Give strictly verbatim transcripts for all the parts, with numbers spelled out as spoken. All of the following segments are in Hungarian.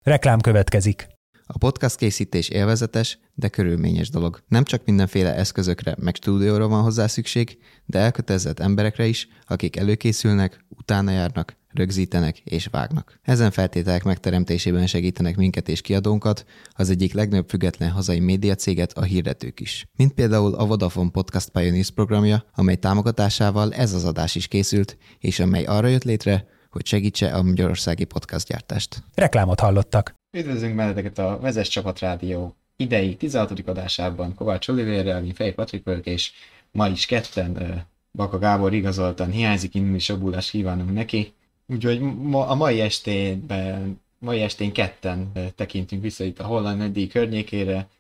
Reklám következik. A podcast készítés élvezetes, de körülményes dolog. Nem csak mindenféle eszközökre meg stúdióra van hozzá szükség, de elkötelezett emberekre is, akik előkészülnek, utána járnak, rögzítenek és vágnak. Ezen feltételek megteremtésében segítenek minket és kiadónkat, az egyik legnagyobb független hazai médiacéget, a hirdetők is. Mint például a Vodafone Podcast Pioneers programja, amely támogatásával ez az adás is készült, és amely arra jött létre, hogy segítse a magyarországi podcastgyártást. Reklámot hallottak. Üdvözlünk benneteket a Vezess Csapat Rádió idei tizenhatodik adásában Kovács Olivérrel, én Fejér Patrik vagyok, és ma is ketten Baka Gábor igazoltan hiányzik, innen is jobbulást kívánunk neki. Úgyhogy ma, a mai estében, mai estén ketten tekintünk vissza itt a holland nagydíj környékére,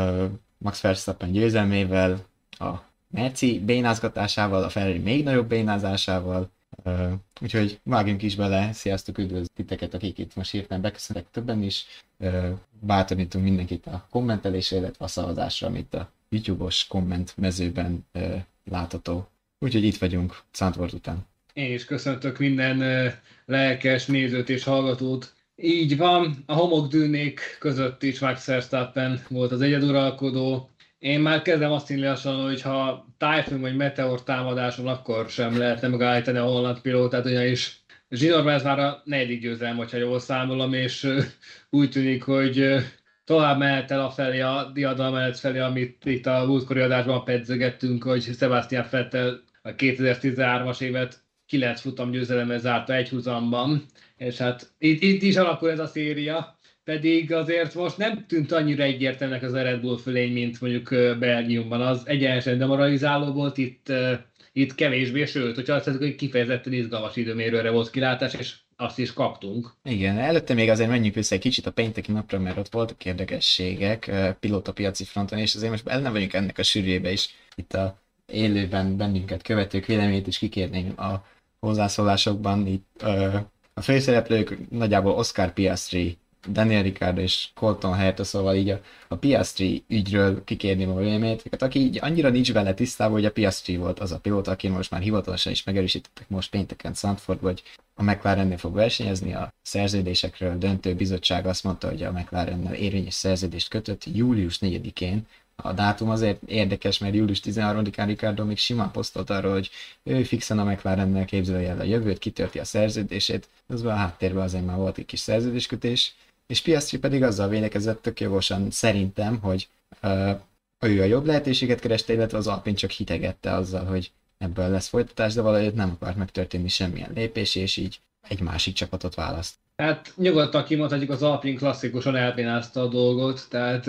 Max Verstappen győzelmével, a Merci bénázgatásával, a Ferrari még nagyobb bénázásával. Uh, úgyhogy vágjunk is bele, sziasztok, üdvözlök titeket, akik itt most hirtelen beköszöntek többen is. Uh, bátorítunk mindenkit a kommentelésre, illetve a szavazásra, amit a YouTube-os komment mezőben uh, látható. Úgyhogy itt vagyunk, Szántford után. Én is köszöntök minden uh, lelkes nézőt és hallgatót. Így van, a homokdűnék között is Max Verstappen volt az egyeduralkodó. Én már kezdem azt hinni lassan, hogy ha tájfun vagy meteor támadáson, akkor sem lehetne megállítani a holland pilótát, ugyanis zsinórban ez már a negyedik győzelem, hogyha jól számolom, és úgy tűnik, hogy tovább mehet el a felé, a diadalmenet felé, amit itt a múltkori adásban pedzögettünk, hogy Sebastian Vettel a kétezer-tizenhármas évet kilenc futam győzelemmel zárta egy húzamban, és hát itt, itt is alakul ez a széria. Pedig azért most nem tűnt annyira egyértelműnek az a Red Bull fölény, mint mondjuk Belgiumban. Az egyenesen demoralizáló volt, itt, itt kevésbé, sőt, hogyha azt hiszem, hogy kifejezetten izgalmas időmérőre volt kilátás, és azt is kaptunk. Igen, előtte még azért menjünk vissza egy kicsit a pénteki napra, mert ott voltak érdekességek pilótapiaci fronton, és azért most ellen vagyunk ennek a sűrűjébe is. Itt a élőben bennünket követők véleményét is kikérnénk a hozzászólásokban. Itt a főszereplők nagyjából Oscar Piastri, Daniel Ricciardo és Colton Herta, szóval így a, a Piastri ügyről kikérném a véleményét, aki így annyira nincs vele tisztában, hogy a Piastri volt az a pilóta, aki most már hivatalosan is megerősítettek most pénteken Zandvoort, hogy a McLarennél fog versenyezni, a szerződésekről döntő bizottság azt mondta, hogy a McLarennel érvényes szerződést kötött július negyedikén. A dátum azért érdekes, mert július tizenharmadikán Ricciardo még simán posztolt arról, hogy ő fixen a McLarennel képzelje el a jövőt, kitörti a szerződését, azban a háttérben azért már volt egy kis szerződéskötés. És Piastri pedig azzal védekezett tök jogosan szerintem, hogy uh, ő a jobb lehetőséget kereste, illetve az Alpine csak hitegette azzal, hogy ebből lesz folytatás, de valahogy nem akart megtörténni semmilyen lépés, és így egy másik csapatot választ. Hát nyugodtan kimondhatjuk, az Alpine klasszikusan elbénázta a dolgot, tehát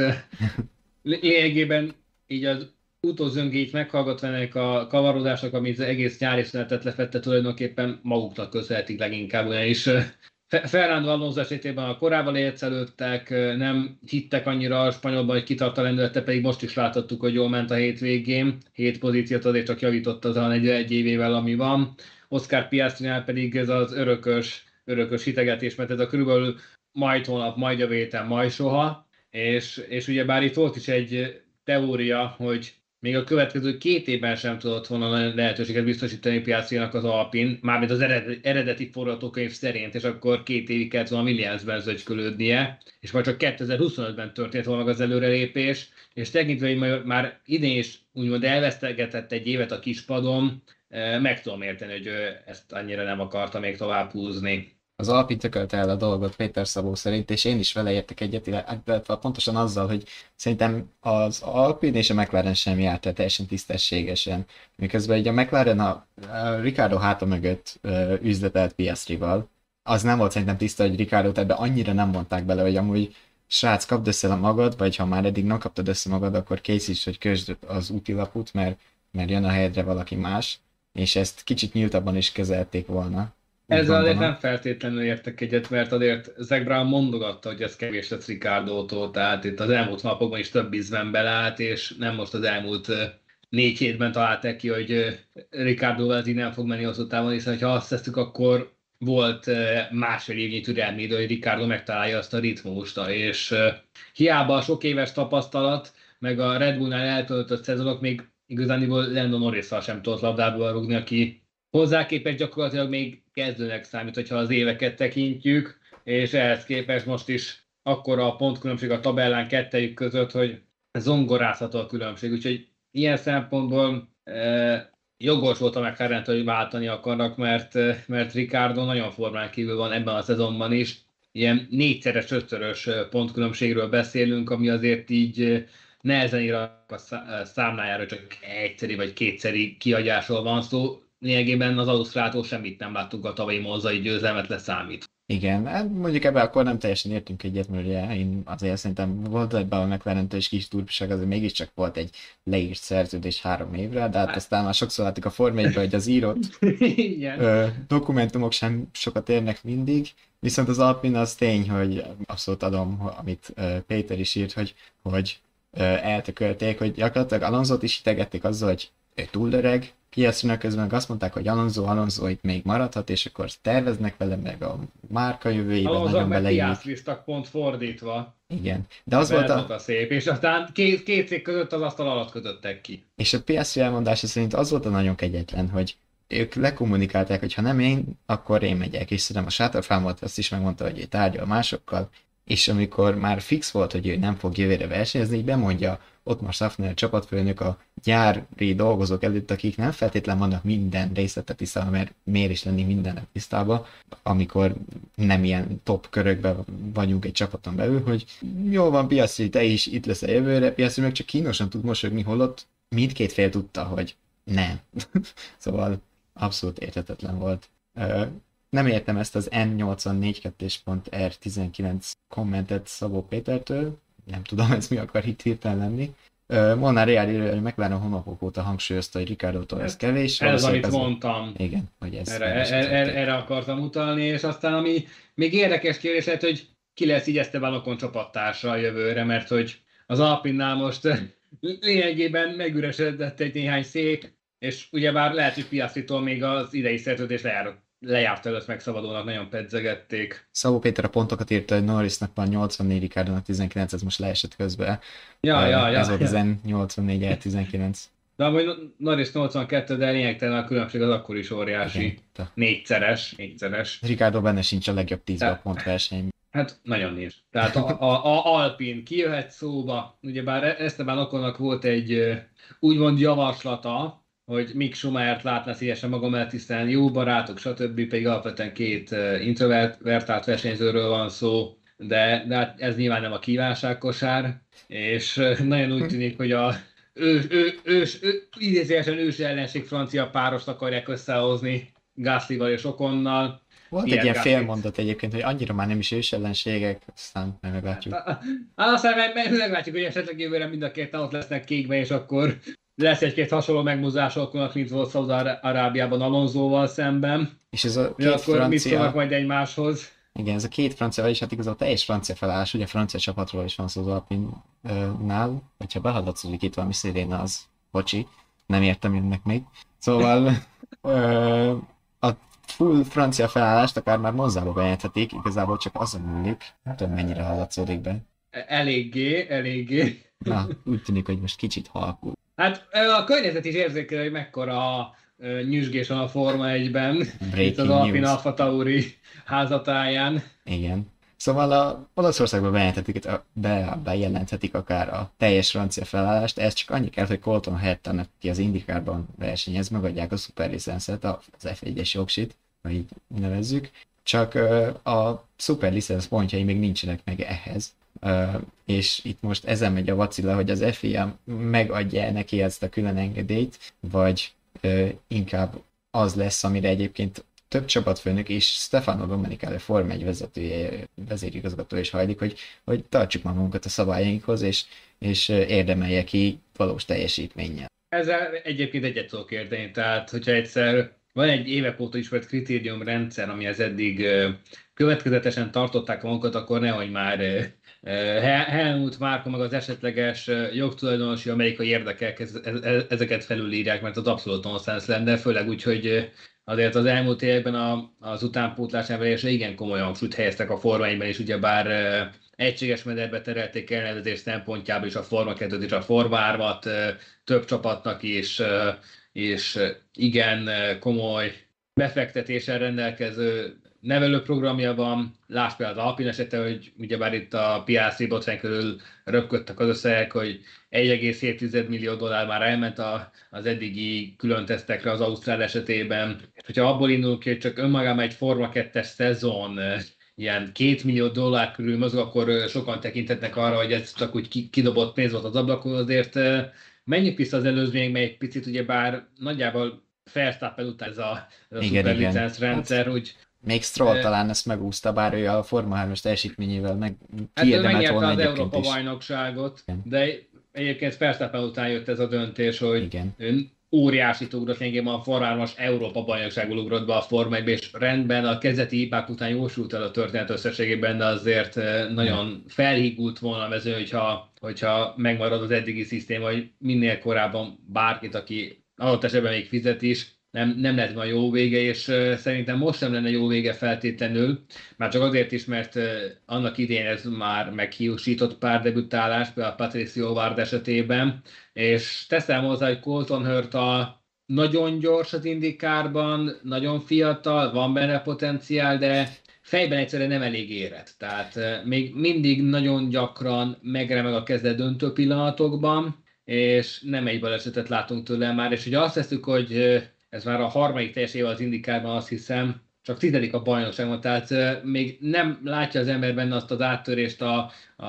lényegében így az utózöngéit meghallgatva ennek a kavarodásnak, amit az egész nyári szünetet lefette, tulajdonképpen maguknak köszönhetik leginkább, ugyanis Fernando Alonso esetében a korábban ércelődtek, nem hittek annyira a spanyolban, hogy kitart a lendülete, pedig most is láthattuk, hogy jól ment a hétvégén. Hét pozíciót azért csak javított az a negyvenegy évével, ami van. Oscar Piastrinál pedig ez az örökös, örökös hitegetés, mert ez a körülbelül majd holnap, majd jövő héten, majd soha. És, és ugye bár itt volt is egy teória, hogy még a következő két évben sem tudott volna lehetőséget biztosítani Piastrinak az Alpine, mármint az eredeti forgatókönyv szerint, és akkor két évig kellett volna Williamsben zögykölődnie, és majd csak kétezer-huszonötben történt volna az előrelépés, és tekintve, hogy már idén is úgymond elvesztegetett egy évet a kispadon, meg tudom érteni, hogy ezt annyira nem akarta még tovább húzni. Az Alpine tökölte el a dolgot Péter Szabó szerint, és én is vele értek egyet, illetve pontosan azzal, hogy szerintem az Alpine és a McLaren sem járt el teljesen tisztességesen. Miközben így a McLaren a, a Ricciardo háta mögött uh, üzletelt Piastrival. Az nem volt szerintem tiszta, hogy Ricciardót ebbe annyira nem mondták bele, hogy amúgy srác, kapd össze magad, vagy ha már eddig nem kaptad össze magad, akkor készíts, hogy közd az útilaput, mert, mert jön a helyedre valaki más, és ezt kicsit nyíltabban is kezelték volna. Ezzel azért nem feltétlenül értek egyet, mert azért Zach Brown mondogatta, hogy ez kevés lesz Ricciardótól, tehát itt az elmúlt napokban is több ízben belállt, és nem most az elmúlt négy hétben találták ki, hogy Ricciardóval ez így nem fog menni hosszú távon, hiszen ha azt tesszük, akkor volt másfél évnyi türelmi idő, hogy Ricciardo megtalálja azt a ritmust, és hiába a sok éves tapasztalat, meg a Red Bullnál eltöltött szezonok még igazániból Lando Norrisszal sem tudott labdából rúgni, aki hozzá képest gyakorlatilag még kezdőnek számít, hogyha az éveket tekintjük, és ehhez képest most is akkora a pontkülönbség a tabellán kettejük között, hogy zongorázható a különbség. Úgyhogy ilyen szempontból e, jogos volt a McLaren, hogy váltani akarnak, mert, mert Ricciardo nagyon formán kívül van ebben a szezonban is. Ilyen négyszeres, ötszörös pontkülönbségről beszélünk, ami azért így nehezen ír a számlájára, csak egyszeri vagy kétszeri kiadásról van szó. Lényegében az Ausztráltól semmit nem láttuk a tavalyi monzai győzelmet leszámít. Igen, hát mondjuk ebben akkor nem teljesen értünk egyet, mert ugye én azért szerintem volt ebben a McLaren-től is kis turpiság, azért mégiscsak volt egy leírt szerződés három évre, de hát aztán már sokszor láttuk a Forma egyben, hogy az írott ö, dokumentumok sem sokat érnek mindig, viszont az Alpine az tény, hogy abszolút adom, amit ö, Péter is írt, hogy, hogy ö, eltökölték, hogy gyakorlatilag Alonzót is itegették azzal, hogy ő túl öreg, Piastrinak közben azt mondták, hogy Alonso, Alonso itt még maradhat, és akkor terveznek vele, meg a márka jövőjében Alonso nagyon meg beleírjuk. Piastristak pont fordítva. Igen, de az volt a... a szép, és aztán két, két cég között az asztal alatt kötöttek ki. És a Piastri elmondása szerint az volt a nagyon kegyetlen, hogy ők lekommunikálták, hogy ha nem én, akkor én megyek, és szerintem a Sátorfán volt, azt is megmondta, hogy ő tárgyal másokkal, és amikor már fix volt, hogy ő nem fog jövőre versenyezni, így bemondja Ottmar Safnauer csapatfőnök a gyári dolgozók előtt, akik nem feltétlen vannak minden részletet tisztában, mert miért is lenni mindennek tisztában, amikor nem ilyen top körökben vagyunk egy csapaton belül, hogy jó van, Piastri, te is itt leszel jövőre, Piastri meg csak kínosan tud mosolyogni, holott mindkét fél tudta, hogy nem. Szóval abszolút érthetetlen volt. Nem értem ezt az N nyolcvannégy kettő pont R tizenkilenc kommentet Szabó Pétertől, nem tudom, ez mi akar itt hirtelen lenni. Molnár Reál írja, hogy McLaren hónapok óta hangsúlyozta, hogy Ricciardótól ez kevés. Ez, amit ez mondtam. Igen, hogy ez... Erre, erre, erre, erre akartam utalni, és aztán ami még érdekes kérdés lehet, hogy ki lesz így Esteban Ocon csapattársa a jövőre, mert hogy az Alpinnál most lényegében megüresedett egy néhány szék, és ugyebár lehet, hogy Piastritól még az idei szerződés lejárott. lejárt előtt megszabadulnak, nagyon pedzegették. Szabó Péter a pontokat írta, hogy Norrisnak van nyolcvannégy, Ricciardónak tizenkilenc, ez most leesett közben. Ja, uh, ja, ja. Ez volt ja. az N nyolcvannégy R tizenkilenc. De amúgy Norris nyolcvankettő, de lényegtelen a különbség az akkor is óriási. Igen. Négyszeres, négyszeres. Ricciardo benne sincs a legjobb tízben a pontversenyben. Hát nagyon nincs. Tehát a, a, a Alpine kijöhet szóba, ugyebár Esteban Oconnak volt egy úgymond javaslata, hogy Mick Schumachert látna szívesen magam mellett, hiszen jó barátok, stb. Pedig alapvetően két introvertált versenyzőről van szó, de, de hát ez nyilván nem a kívánságkosár, és nagyon úgy tűnik, hogy a ős, ő, ős, ő, idézőjelesen ősi ellenség francia párost akarják összehozni Gaslyval és Oconnal. Volt Pierre egy ilyen Gasly. félmondat egyébként, hogy annyira már nem is ős ellenségek, aztán meg meglátjuk. Hát aztán meg, meglátjuk, hogy esetleg jövőre mind a ketten ott lesznek kékbe, és akkor lesz egy-két hasonló megmozás Oconnak, mint volt Szaúd-Arábiában Alonsoval szemben. És ez a Mi két akkor mit szólnak francia... majd egymáshoz? Igen, ez a két francia, vagyis hát igazából teljes francia felállás, ugye francia csapatról is van szó az Alpine-nál, hogyha behallatszódik itt valami sziréna, az bocsi, nem értem ennek még. Szóval ö, a full francia felállást akár már Monzába bejelenthetik, igazából csak azon múlik, nem tudom mennyire hallatszódik be. Eléggé, eléggé. Na, úgy tűnik, hogy most kicsit halkul. Hát a környezet is érzékel, hogy mekkora uh, nyüzsgés van a Forma egyben, itt az Breaking Alpine news. Alfa Tauri házatáján. Igen. Szóval a Olaszországban bejelenthetik, be, bejelenthetik akár a teljes francia felállást, ez csak annyi kell, hogy Colton Hertának, ki az IndyCarban versenyez, megadják a szuperlicenszet, az F egyes jogsit, hogy így nevezzük, csak a szuperlicensz pontjai még nincsenek meg ehhez. Uh, és itt most ezen megy a vacilla, hogy az F I A megadja neki ezt a külön engedélyt, vagy uh, inkább az lesz, amire egyébként több csapatfőnök és Stefano Domenicali Forma egy vezetője, vezérigazgató is hajlik, hogy, hogy tartsuk magunkat a szabályainkhoz, és, és érdemelje ki valós teljesítménnyel. Ezzel egyébként egyet tudok érteni, tehát hogyha egyszer van egy évek óta ismert kritériumrendszer, amihez eddig következetesen tartották magukat, akkor nehogy már Helmut Márko meg az esetleges jogtulajdonosi amerikai érdekek ezeket felülírják, mert az abszolút nonsens lenne, főleg úgy, hogy azért az elmúlt években az utánpótlásnál és igen komolyan hangsúlyt helyeztek a Forma egyben, és ugyebár egységes mederbe terelték elnevezés szempontjából is a Forma kettőt és a Forma hármat több csapatnak is, és igen komoly befektetéssel rendelkező nevelőprogramja van, lásd például az Alpine esete, hogy ugyebár itt a pé er cé botrány körül röpködtek az összegek, hogy egy egész hét millió dollár már elment a, az eddigi külön tesztekre az Ausztrál esetében. És hogyha abból indulunk ki, hogy csak önmagában egy Forma kettes szezon ilyen két millió dollár körül mozog, akkor sokan tekintetnek arra, hogy ez csak úgy kidobott pénz volt az ablakon, azért menjünk vissza az előzményekbe egy picit, ugyebár nagyjából Verstappen után ez a, ez a szuperlicenc rendszer, hát, úgy... Még Stroll e... talán ezt megúszta, bár ő a Forma hármas teljesítményével meg kiérdemelt hát volna az Európa bajnokságot, de egyébként Verstappen után jött ez a döntés, hogy igen. Óriásit ugrott, lényegében a Forma hármas Európa bajnokságból ugrott be a Forma egybe, és rendben a kezdeti hibák után jósult el a történet összességében, de azért nagyon felhígult volna a mező, hogyha, hogyha megmarad az eddigi szisztéma, hogy minél korábban bárkit, aki adott esetben még fizet is, nem, nem lett ma jó vége, és uh, szerintem most sem lenne jó vége feltétlenül, már csak azért is, mert uh, annak idén ez már meghiúsított pár debütálás, például Patricio Ward esetében, és teszem hozzá, hogy Colton Herta nagyon gyors az IndyCarban, nagyon fiatal, van benne potenciál, de fejben egyszerűen nem elég érett. Tehát uh, még mindig nagyon gyakran megremeg a keze döntő pillanatokban, és nem egy balesetet látunk tőle már, és ugye azt tesszük, hogy uh, ez már a harmadik teljes éve az IndyCarban, azt hiszem, csak tizedik a bajnokságban, tehát uh, még nem látja az ember benne azt az áttörést, a, a,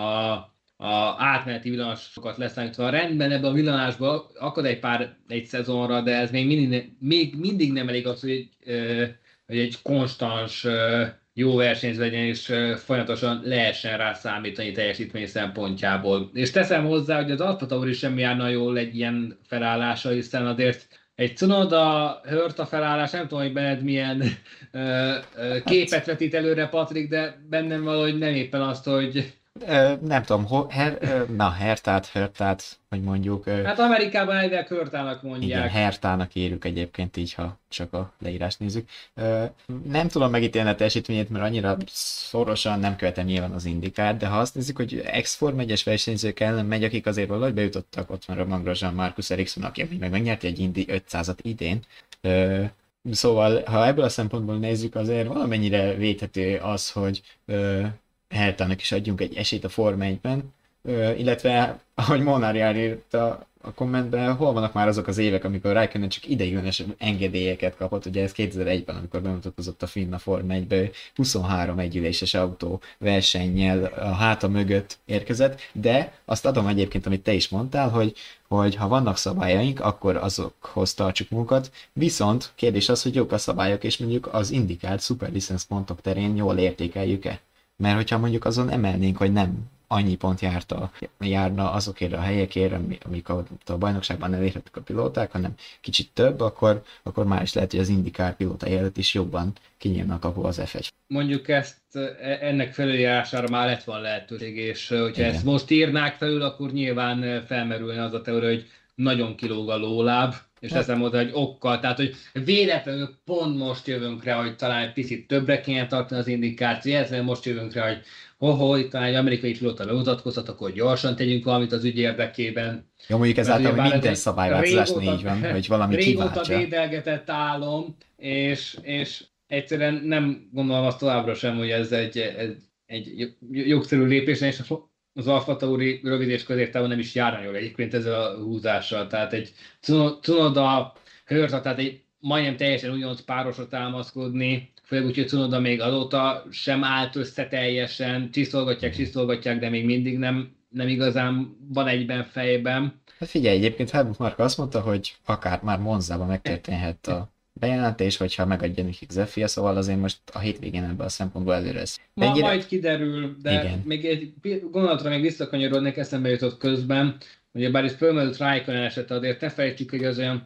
a átmeneti villanásokat leszámítva. Rendben, ebben a villanásban akad egy pár egy szezonra, de ez még mindig, még mindig nem elég az, hogy, uh, hogy egy konstans, uh, jó versenyt legyen, és uh, folyamatosan lehessen rá számítani teljesítmény szempontjából. És teszem hozzá, hogy az Alfa Tauri sem járna jól egy ilyen felállása, hiszen azért egy Tsunoda, Herta felállás, nem tudom, hogy benned milyen ö, ö, képet vetít előre, Patrik, de bennem valahogy nem éppen azt, hogy... Ö, nem tudom, ho, her, na, Hertát, Hertát, hogy mondjuk... Ö, hát Amerikában elvileg Hertának mondják. Igen, Hertának írjuk egyébként így, ha csak a leírást nézzük. Ö, nem tudom megítélni a teljesítményét, mert annyira szorosan nem követem nyilván az IndyCart, de ha azt nézzük, hogy ex-Form egyes versenyzők ellen megy, akik azért valahogy bejutottak, ott van a Grosjean, Marcus Ericsson, aki meg megnyerti egy Indy ötszázat idén. Ö, szóval, ha ebből a szempontból nézzük, azért valamennyire védhető az, hogy ö, Hertának is adjunk egy esélyt a Forma egyben, Ö, illetve, ahogy Molnár Jár írta a kommentben, hol vannak már azok az évek, amikor Raikkonen csak ideiglenes engedélyeket kapott, ugye ez kétezer-egyben, amikor bemutatkozott a Finn a Forma egybe, huszonhárom együléses autó versennyel a háta mögött érkezett, de azt adom egyébként, amit te is mondtál, hogy, hogy ha vannak szabályaink, akkor azokhoz tartsuk munkat, viszont kérdés az, hogy jók a szabályok, és mondjuk az indikált szuperlicensz pontok terén jól értékeljük-e? Mert hogyha mondjuk azon emelnénk, hogy nem annyi pont járta, járna azokért a helyekért, amik a, a bajnokságban elérhetik a pilóták, hanem kicsit több, akkor, akkor már is lehet, hogy az IndyCar pilótai előtt is jobban kinyílna a kapu az ef egy. Mondjuk ezt ennek felüljárására már lett van lehetőség, és hogyha igen. Ezt most írnák felül, akkor nyilván felmerülne az a teória, hogy nagyon kilóg a lóláb, és hát. Teszem hozzá, hogy okkal, tehát hogy véletlenül pont most jövünk rá, hogy talán egy picit többre kéne tartani az IndyCart, véletlenül most jövünk rá, hogy ho-ho, itt talán egy amerikai pilóta bemutatkozhat, akkor gyorsan tegyünk valamit az ügy érdekében. Jó, mondjuk ezáltal, hogy minden szabályváltozásnál így van, hogy valami kiváltsa. Régóta védelgetett álom, és, és egyszerűen nem gondolom azt továbbra sem, hogy ez egy, egy, egy jogszerű lépés, és az Alfa Tauri rövid és középtávon nem is járna jól egyébként ezzel a húzással. Tehát egy Tsunoda, Herta, tehát egy majdnem teljesen ugyanaz párosra támaszkodni, főleg úgy, hogy Tsunoda még azóta sem állt össze teljesen, csiszolgatják, csiszolgatják, de még mindig nem, nem igazán van egyben fejben. Hát figyelj, egyébként Helmut Marko azt mondta, hogy akár már Monzában megtörténhet a bejelentés, hogyha megadja nekik az ef i á, szóval azért most a hétvégén ebből a szempontból előre lesz. Ma ennyire... majd kiderül, de igen. Még egy gondolatra még visszakanyarodnék, eszembe jutott közben, hogy bár is fölmerült Raikkonen esete, azért ne felejtsük, hogy az olyan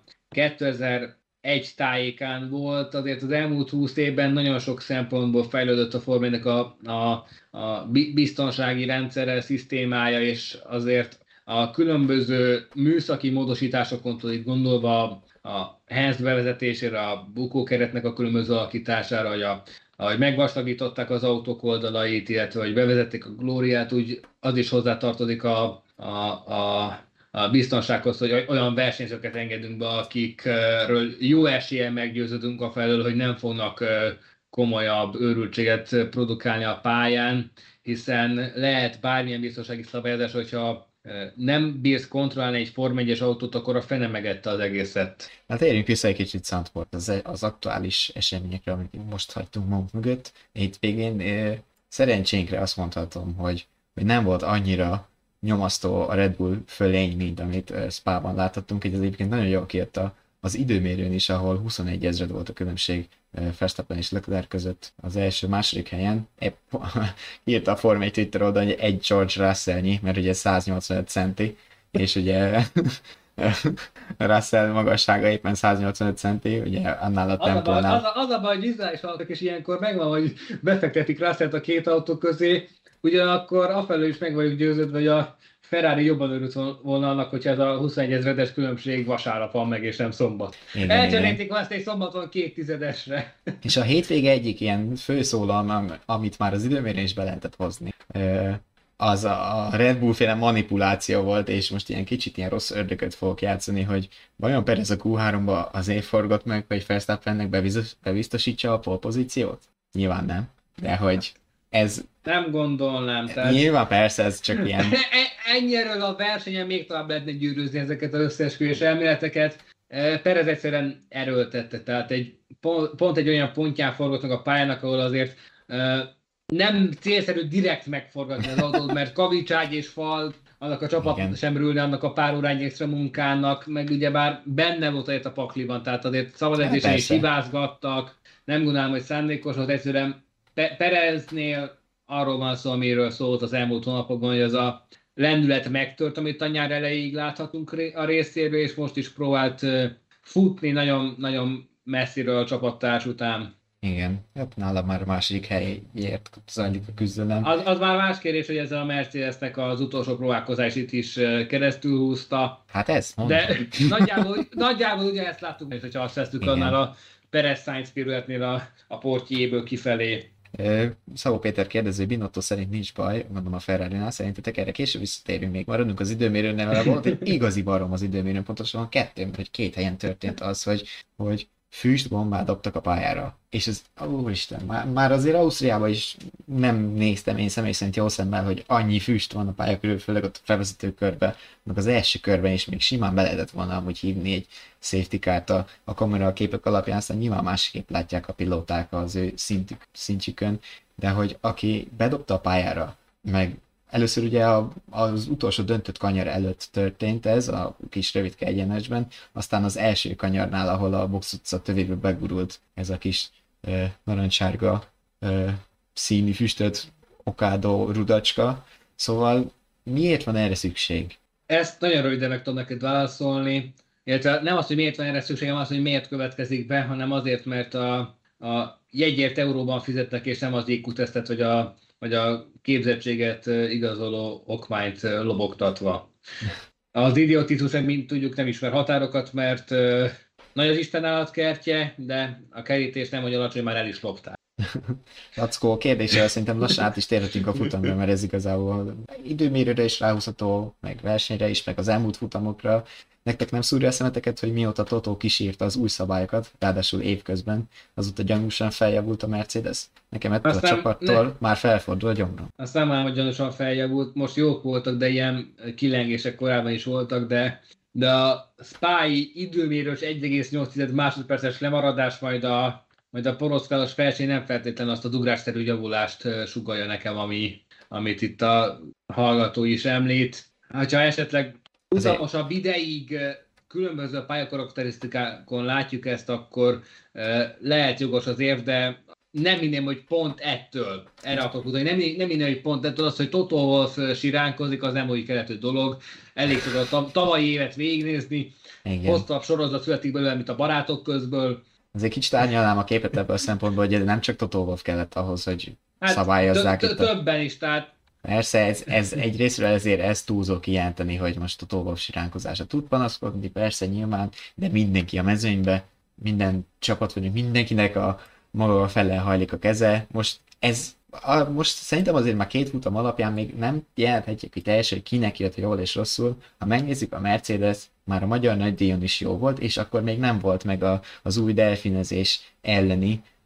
kétezer-egy tájékán volt, azért az elmúlt húsz évben nagyon sok szempontból fejlődött a Formának a, a, a biztonsági rendszere, szisztémája, és azért a különböző műszaki módosításokon itt gondolva a hands bevezetésére, a bukókeretnek a különböző alakítására, hogy, a, hogy megvastagították az autók oldalait, illetve hogy bevezették a glóriát, úgy az is hozzátartozik a, a, a, a biztonsághoz, hogy olyan versenyzőket engedünk be, akikről jó eséllyel meggyőződünk afelől, hogy nem fognak komolyabb őrültséget produkálni a pályán, hiszen lehet bármilyen biztonsági szabályozás, hogyha nem bírsz kontrollálni egy Forma egyes autót, akkor a fene megette az egészet. Hát érjünk vissza egy kicsit Zandvoort, az, az aktuális eseményekre, amit most hagytunk magunk mögött. Itt végén szerencsénkre azt mondhatom, hogy, hogy nem volt annyira nyomasztó a Red Bull fölény, mint amit Spában láthattunk. Így az egyébként nagyon jól kijött az időmérőn is, ahol huszonegy ezred volt a különbség Verstappen és Leclerc között az első, második helyen. Épp írta a Forma egy Twitter oldalon, hogy egy George Russellnyi, mert ugye száznyolcvanöt centi, és ugye Russell magassága éppen száznyolcvanöt centi, ugye annál a tempónál. Az a, az a baj, hogy vizuális autók, és ilyenkor megvan, hogy befektetik Russellt a két autó közé, ugyanakkor afelől is meg vagyok győződve, hogy a Ferrari jobban örült volna annak, hogyha ez a huszonegy ezredes különbség vasárnap van meg, és nem szombat. Elcserélték azt egy szombaton két tizedesre. És a hétvége egyik ilyen főszólalom, amit már az időmérőn is be lehetett hozni, az a Red Bull-féle manipuláció volt, és most ilyen kicsit ilyen rossz ördököt fogok játszani, hogy vajon Perez a kú háromba azért forgott meg, hogy Verstappennek bebiztosítsa a pole pozíciót? Nyilván nem, de hogy ez... Nem gondolnám. Tehát... Nyilván persze, ez csak ilyen... Ennyiről a versenyen még tovább lehetne gyűrűzni ezeket az összeesküvés elméleteket. Perez egyszerűen erőltette, tehát egy, pont, pont egy olyan pontján forgott meg a pályának, ahol azért nem célszerű direkt megforgatni az autót, mert kavicságy és fal, annak a csapat Igen. sem rülne, annak a pár órányi extra munkának, meg ugyebár benne volt egy a pakliban, tehát azért szabad edzésen is hibázgattak, nem gondolom, hogy szándékos, az egyszerűen Pe- Pereznél arról van szó, amiről szólt az elmúlt hónapokban, hogy az a lendület megtört, amit a nyár elejéig láthatunk a részéről, és most is próbált futni nagyon, nagyon messziről a csapattárs után. Igen, hát nálam már a második helyért zajlik a küzdelem. Az, az már más kérdés, hogy ezzel a Mercedesnek az utolsó próbálkozását is keresztül húzta. Hát ez, mondom. De nagyjából, nagyjából ugye ezt láttuk, hogyha azt vesztük annál a Perez-Sainz pirületnél a, a portjéből kifelé. Szabó Péter kérdező, Binotto szerint nincs baj, mondom a Ferrari-nál, szerintetek erre később visszatérünk, még maradunk az időmérőnél, mert volt egy igazi barom az időmérőn, pontosan kettő, vagy két helyen történt az, hogy, hogy füstbombát dobtak a pályára. És ez, úristen, már, már azért Ausztriában is nem néztem én személy szerint jó szemmel, hogy annyi füst van a pálya körül, főleg ott a felvezető körbe, meg az első körben is még simán be lehetett volna amúgy hívni egy safety car-t a, a kamera a képek alapján, aztán nyilván másképp látják a pilóták az ő szintük, szintjükön, de hogy aki bedobta a pályára, meg először ugye a, az utolsó döntött kanyar előtt történt ez, a kis rövidke egyenesben, aztán az első kanyarnál, ahol a box utca tövébe begurult ez a kis uh, narancssárga uh, színű füstöt okádó rudacska. Szóval miért van erre szükség? Ezt nagyon röviden meg tudom neked válaszolni. Illetve nem az, hogy miért van erre szükség, hanem az, hogy miért következik be, hanem azért, mert a, a jegyért euróban fizetnek, és nem az í kú-tesztet, vagy a vagy a képzettséget igazoló okmányt lobogtatva. Az idiotizmus, mint tudjuk, nem ismer határokat, mert uh, nagy az Isten állatkertje, de a kerítés nem olyan alacsony, már el is lopták. Lackó, kérdéssel szerintem lassan át is térhetünk a futamra, mert ez igazából időmérőre is ráhúzható, meg versenyre is, meg az elmúlt futamokra. Nektek nem szúrja a szemeteket, hogy mióta Totó kísírta az új szabályokat, ráadásul évközben, azóta gyanúsan feljavult a Mercedes? Nekem ettől Aztán a csapattól ne. már felfordul a gyomrom. Azt nem állom, hogy gyanúsan feljavult, most jók voltak, de ilyen kilengések korábban is voltak, de, de a Spy időmérős egy egész nyolc másodperces lemaradás, majd a, majd a poroszkálos felség nem feltétlenül azt a dugrásszerű javulást sugallja nekem, ami, amit itt a hallgató is említ. Ha esetleg húzamosabb ideig különböző pályakarakterisztikákon látjuk ezt, akkor lehet jogos az érv, de nem minném, hogy pont ettől, erre akarok utalni, nem, nem minném, hogy pont ettől az, hogy Toto Wolff siránkozik, az nem úgy keletű dolog, elég csak a tavalyi évet végignézni, hosszabb sorozat születik belőle, mint a barátok közből. Azért kicsit árnyalnám a képet ebből a szempontból, hogy nem csak Toto Wolff kellett ahhoz, hogy hát szabályozzák itt. Többen is, tehát persze, ez, ez egy részről ezért ez túlzó kijelenteni, hogy most a Toto Wolff siránkozása tud panaszkodni, persze nyilván, de mindenki a mezőnybe, minden csapat vagyunk, mindenkinek a maga fele hajlik a keze. Most ez, a, most szerintem azért már két futam alapján még nem jelenthetjük, hogy teljesen, hogy kinek jött jól és rosszul. Ha megnézzük, a Mercedes már a magyar nagydíjon is jó volt, és akkor még nem volt meg a, az új delfinezés elleni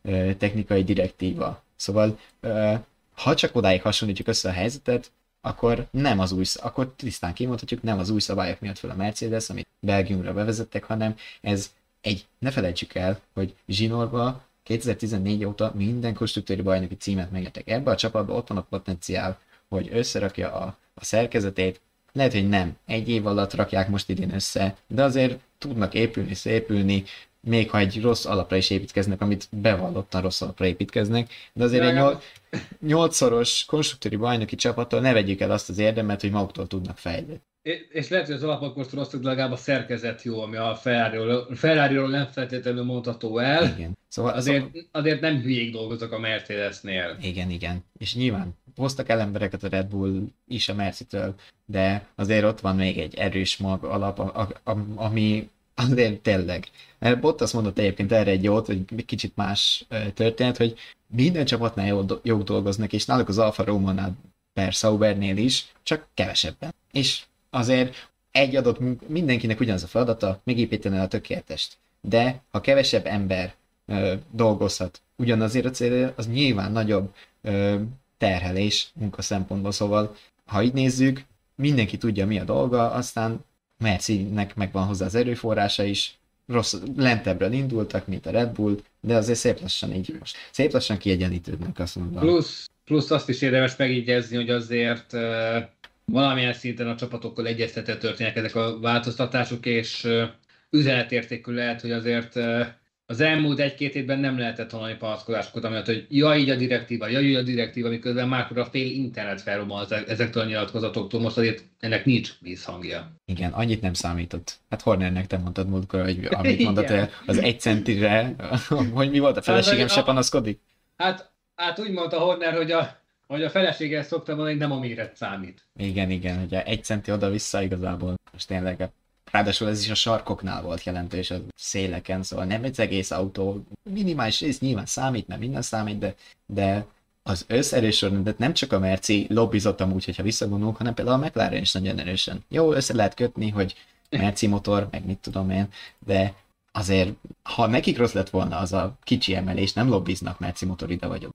ö, technikai direktíva. Szóval ö, ha csak odáig hasonlítjuk össze a helyzetet, akkor nem az új, akkor tisztán kimondhatjuk, nem az új szabályok miatt fel a Mercedes, amit Belgiumra bevezettek, hanem ez egy, ne felejtsük el, hogy zsinórba kétezer-tizennégy óta minden konstruktőri bajnoki címet megnyertek. Ebben a csapatban ott van a potenciál, hogy összerakja a, a szerkezetét. Lehet, hogy nem. Egy év alatt rakják most idén össze, de azért tudnak épülni, szépülni, még ha egy rossz alapra is építkeznek, amit bevallottan rossz alapra építkeznek, de azért egy nyol, nyolcszoros konstruktőri bajnoki csapattól ne vegyük el azt az érdemet, hogy maguktól tudnak fejlődni. És lehet, hogy az alapok most rosszak, de legalább a szerkezet jó, ami a Ferrari-ról, Ferrari-ról nem feltétlenül mondható el. Igen. Szóval, azért, szóval... azért nem hülyék dolgoznak a Mercedesnél. Igen, igen. És nyilván hoztak el embereket a Red Bull is a Mercitől, de azért ott van még egy erős mag alap, a, a, a, ami azért tényleg. Mert Bottas mondott egyébként erre egy jót, hogy kicsit más történet, hogy minden csapatnál jók jó dolgoznak, és náluk az Alfa Romeo-nál per Saubernél is, csak kevesebben. És azért egy adott munk- mindenkinek ugyanaz a feladata, megépíteni a tökéletest. De ha kevesebb ember ö, dolgozhat ugyanazért a célra, az nyilván nagyobb ö, terhelés munka szempontból. Szóval, ha így nézzük, mindenki tudja, mi a dolga, aztán Mercinek megvan hozzá az erőforrása is, rossz, lentebbről indultak, mint a Red Bull, de azért szép lassan így most. Szép lassan kiegyenlítődnek, azt mondom. Plusz, plusz azt is érdemes megjegyezni, hogy azért uh, valamilyen szinten a csapatokkal egyeztetve történnek ezek a változtatások, és uh, üzenetértékű lehet, hogy azért uh, az elmúlt egy-két évben nem lehetett hallani panaszkodásokat, amiatt, hogy ja, így a direktíva, ja, így a direktíva, miközben már a fél internet felrobban ezektől a nyilatkozatoktól, most azért ennek nincs vízhangja. Igen, annyit nem számított. Hát Hornernek te mondtad múltkor, hogy amit mondott az egy centire, hogy mi volt, a feleségem se panaszkodik? Hát, hát úgy mondta Horner, hogy a, hogy a feleséggel szoktam mondani, hogy nem a méret számít. Igen, igen, hogy egy centi oda-vissza igazából. Most tényleg, ráadásul ez is a sarkoknál volt jelentős, a széleken, szóval nem egy egész autó, minimális rész nyilván számít, mert minden számít, de, de az összerős sorrendet nem csak a Merci lobbizott amúgy, hogyha visszagondolunk, hanem például a McLaren is nagyon erősen. Jó, össze lehet kötni, hogy Merci motor, meg mit tudom én, de azért, ha nekik rossz lett volna az a kicsi emelés, nem lobbiznak Merci motor ide vagyok.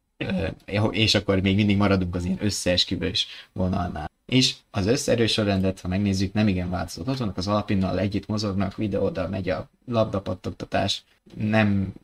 És akkor még mindig maradunk az ilyen összeesküvős vonalnál. És az összerős sorrendet, ha megnézzük, nem igen változott. Ott vannak az Alpinnal együtt mozognak, videóda megy a labdapattogtatás. Nem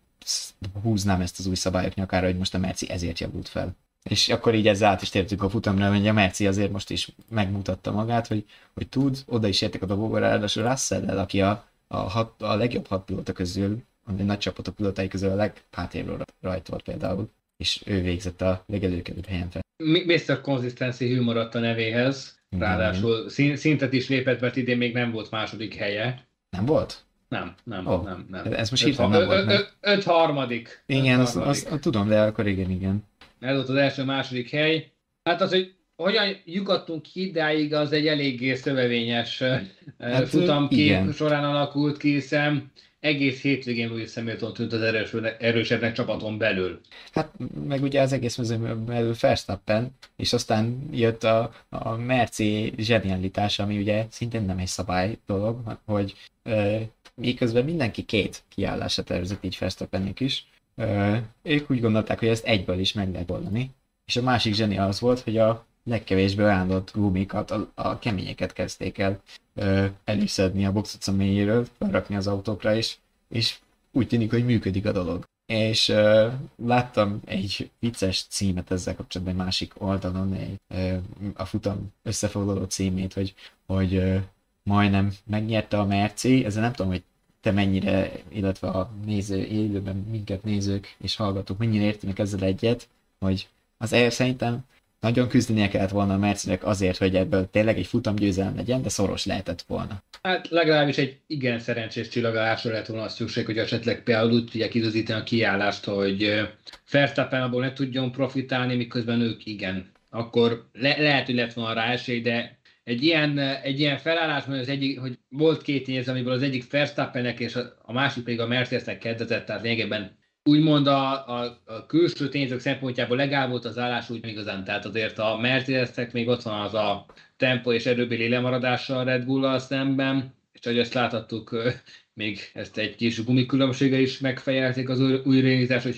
húznám ezt az új szabályok nyakára, hogy most a Merci ezért javult fel. És akkor így ezzel át is tértünk a futamra, hogy a Merci azért most is megmutatta magát, hogy, hogy tud, oda is értek a dobogóra, ráadásul Russell-el, aki a, a, hat, a legjobb hat pilóta közül, a nagy csapatok pilótai közül a leghátrébbről rajta volt például, és ő végzett a legelőkelőbb helyen fel. miszter Consistency hű maradt a nevéhez, ráadásul szintet is lépett, mert idén még nem volt második helye. Nem volt? Nem, nem, oh, nem, nem. Ez most hirtelen nem volt meg. Öt harmadik. Igen, azt, azt tudom, de akkor igen, igen. Ez volt az első, második hely. Hát az, hogy hogyan lyukadtunk ki idáig, az egy eléggé szövevényes hát, futamkép során alakult ki, hiszen egész hétvégén Lewis Hamilton tűnt az erős, erősebbnek csapaton belül. Hát meg ugye az egész mezőn belül Verstappen, és aztán jött a, a Merci zsenialitása, ami ugye szintén nem egy szabály dolog, hogy euh, miközben mindenki két kiállásra tervezett, így Verstappennek is, euh, ők úgy gondolták, hogy ezt egyből is meg lehet oldani, és a másik zseni az volt, hogy a legkevésbé ajánlott gumikat, a, a keményeket kezdték el ö, előszedni a boxotca mélyéről, felrakni az autókra is, és úgy tűnik, hogy működik a dolog. És ö, láttam egy vicces címet ezzel kapcsolatban egy másik oldalon, egy, ö, a futam összefoglaló címét, hogy, hogy ö, majdnem megnyerte a Merci, ezzel nem tudom, hogy te mennyire, illetve a néző, élőben minket nézők és hallgatók mennyire értenek ezzel egyet, hogy az el szerintem nagyon küzdenie kellett volna a Mercinek azért, hogy ebből tényleg egy futamgyőzelem legyen, de szoros lehetett volna. Hát legalábbis egy igen szerencsés csillagolásra lett volna szükség, hogy esetleg például úgy tudják időzíteni a kiállást, hogy Verstappen abból ne tudjon profitálni, miközben ők igen. Akkor le- lehet, hogy lett volna rá esély, de egy ilyen, egy ilyen felállásban az egyik, hogy volt két tényező, amiből az egyik Verstappennek és a, a másik pedig a Mercedesnek kedvezett, tehát lényegében úgymond a, a, a külső tényezők szempontjából legál volt az állás úgy igazán, tehát azért a Mercedesnek még ott van az a tempó és erőbéli lemaradása a Red Bull-al szemben, és ahogy ezt láthattuk, még ezt egy kis gumikülönbséggel is megfejelték az új, új rénizás, úgyhogy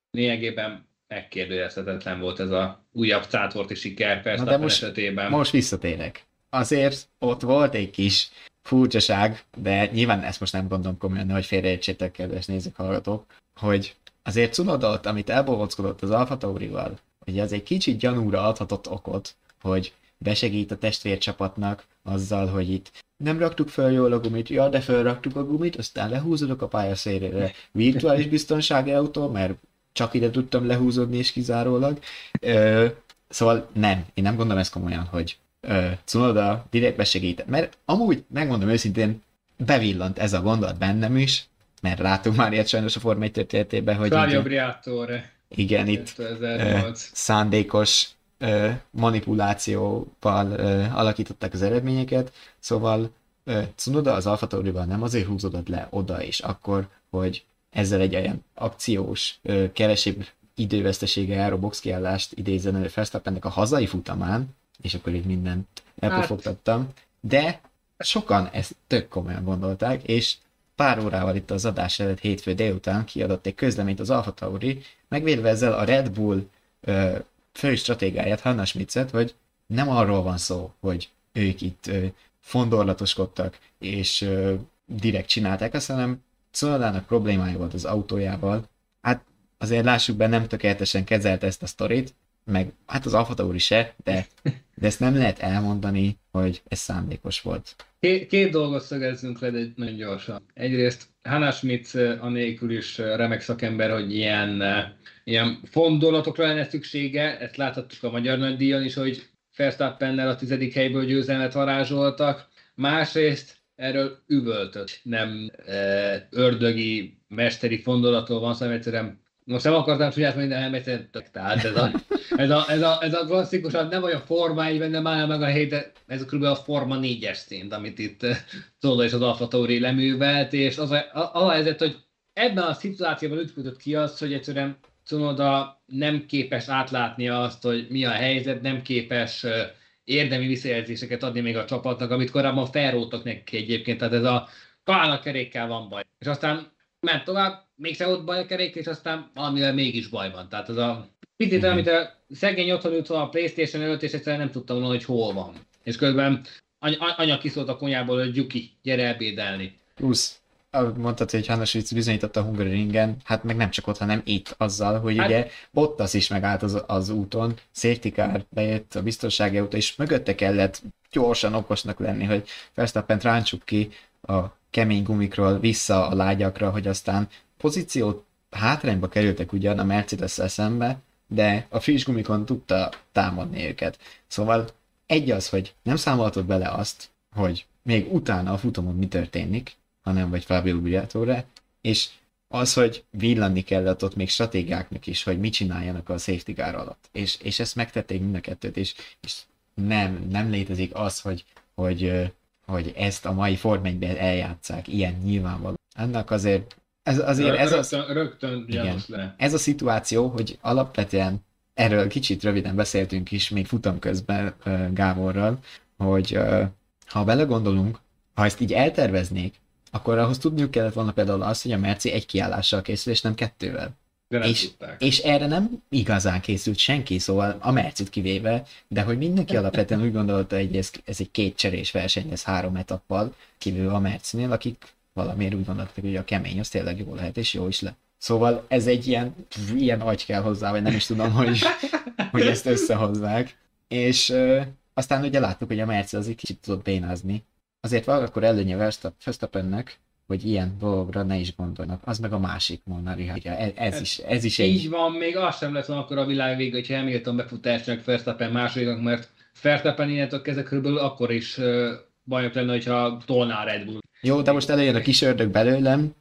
lényegében megkérdőjelezhetetlen volt ez a újabb cátorti siker Na de Verstappen most, esetében. most visszatérek. Azért ott volt egy kis furcsaság, de nyilván ezt most nem gondolom komolyan, hogy félreértsétek, kedves nézők, hallgatók, hogy azért Tsunoda ott, amit elbohockodott az Alfa Taurival, hogy az egy kicsit gyanúra adhatott okot, hogy besegít a testvércsapatnak azzal, hogy itt nem raktuk fel jól a gumit, ja, de felraktuk a gumit, aztán lehúzódok a pályaszélére. Virtuális biztonsági autó, mert csak ide tudtam lehúzódni és kizárólag. Ö, szóval nem, én nem gondolom ezt komolyan, hogy ö, Tsunoda direkt besegített, mert amúgy, megmondom őszintén, bevillant ez a gondolat bennem is, mert látunk már ilyet sajnos a Forma egy történetében, hogy Flavio Briatore. igen, itt ö, szándékos ö, manipulációval ö, alakították az eredményeket, szóval ö, Tsunoda az Alfa Taurival nem azért húzódott le oda és akkor, hogy ezzel egy olyan akciós, ö, kevesebb idővesztesége járó boxkiállást idézzen elő Verstappennek a hazai futamán, és akkor így mindent elpofogtattam, de sokan ezt tök komolyan gondolták, és pár órával itt az adás előtt hétfő délután kiadott egy közleményt az Alfa Tauri, megvédve ezzel a Red Bull ö, fő stratégáját, Hannah Schmitzet, hogy nem arról van szó, hogy ők itt ö, fondorlatoskodtak, és ö, direkt csinálták azt, hanem Tsunodának problémája volt az autójával. Hát azért lássuk be, nem tökéletesen kezelte ezt a sztorit, meg hát az Alfa Tauri se, de, de ezt nem lehet elmondani, hogy ez szándékos volt. Két, két dolgot szögezzünk le, de nagyon gyorsan. Egyrészt Hannah Schmitz anélkül is remek szakember, hogy ilyen, ilyen fondolatokra lenne szüksége, ezt láthattuk a Magyar Nagydíjon is, hogy Verstappennel a tizedik helyből győzelmet varázsoltak. Másrészt erről üvöltött, nem e, ördögi, mesteri fondolatról van szó, szóval egyszerűen most nem akartam csúnyát mondani, de nem egyszerűen tök, tehát ez a, ez a, ez a, ez a klasszikusan nem olyan Forma egy, nem állja meg a hely, de ez kb. A Forma négyes szint, amit itt Tsunoda és az Alfa Tauri leművelt, és az a, az a helyzet, hogy ebben a szituációban ütközött ki az, hogy egyszerűen Tsunoda nem képes átlátni azt, hogy mi a helyzet, nem képes érdemi visszajelzéseket adni még a csapatnak, amit korábban felróttak neki egyébként, tehát ez a talán a kerékkel van baj. És aztán ment tovább, mégsem volt baj a kerék, és aztán valamivel mégis baj van. Tehát az a picit, amit a szegény otthon ült a PlayStation előtt, és egyszerűen nem tudtam volna, hogy hol van. És közben any- anya kiszólt a konyából, hogy Gyuki, gyere ebédelni. Plusz, ahogy mondtad, hogy Hannah Schmitz bizonyította a Hungaroringen, hát meg nem csak ott, hanem itt azzal, hogy hát, ugye Bottas is megállt az, az úton, safety car bejött a biztonsági autó, és mögötte kellett gyorsan okosnak lenni, hogy Verstappent ráncsuk ki a kemény gumikról vissza a lágyakra, hogy aztán pozíciót hátrányba kerültek ugyan a Mercedes-szel szembe, de a friss gumikon tudta támadni őket. Szóval egy az, hogy nem számoltad bele azt, hogy még utána a futamon mi történik, hanem vagy Fabio Briatore, és az, hogy villanni kellett ott még stratégiáknak is, hogy mit csináljanak a safety car alatt. És, és ezt megtették mind a kettőt, és, és nem, nem létezik az, hogy, hogy, hogy ezt a mai Forma egyben eljátsszák, ilyen nyilvánvaló. Ennek azért, ez, azért ez, rögtön, az, rögtön igen, le. ez a szituáció, hogy alapvetően erről kicsit röviden beszéltünk is, még futam közben uh, Gáborral, hogy uh, ha belegondolunk, ha ezt így elterveznék, akkor ahhoz tudniuk kellett volna például azt, hogy a Merci egy kiállással készül, és nem kettővel. És, és erre nem igazán készült senki, szóval a Mercit kivéve, de hogy mindenki alapvetően úgy gondolta, hogy ez, ez egy kétcserés verseny, ez három etappal, kívül a Mercinél, akik valamiért úgy gondoltak, hogy a kemény az tényleg jó lehet, és jó is le. Szóval ez egy ilyen, ilyen agy kell hozzá, vagy nem is tudom, hogy, hogy ezt összehozzák. És ö, aztán ugye láttuk, hogy a Merci az egy kicsit tudott bénázni. Azért valakor előnye Verstappennek, hogy ilyen dologra ne is gondolnak. Az meg a másik Monari. Ez, ez, is, ez is egy... Így van, még az sem lett volna akkor a világ vége, hogyha Hamilton befutásnak Verstappen másodiknak, mert Verstappen innentől kezdve körülbelül akkor is uh, bajnok lenne, hogyha tolná a Red Bull. Jó, de most előjön a kis ördög belőlem,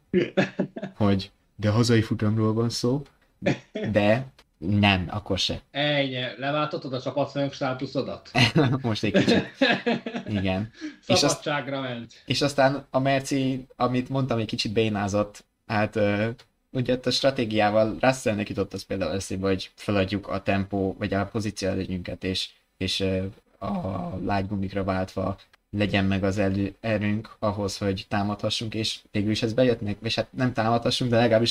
hogy de hazai futamról van szó, de nem, akkor se. Ennyi, leváltottad a csapatfőnök státuszodat? Most egy kicsit. Igen. Szabadságra ment. És aztán a Merci, amit mondtam, egy kicsit bénázott, hát uh, ugye a stratégiával Russellnek jutott az például eszébe, hogy feladjuk a tempó, vagy a pozíció előnyünket, és, és uh, a lágygumikra váltva legyen meg az elő, erőnk ahhoz, hogy támadhassunk, és végül is ez bejött meg, és hát nem támadhassunk, de legalábbis, hogy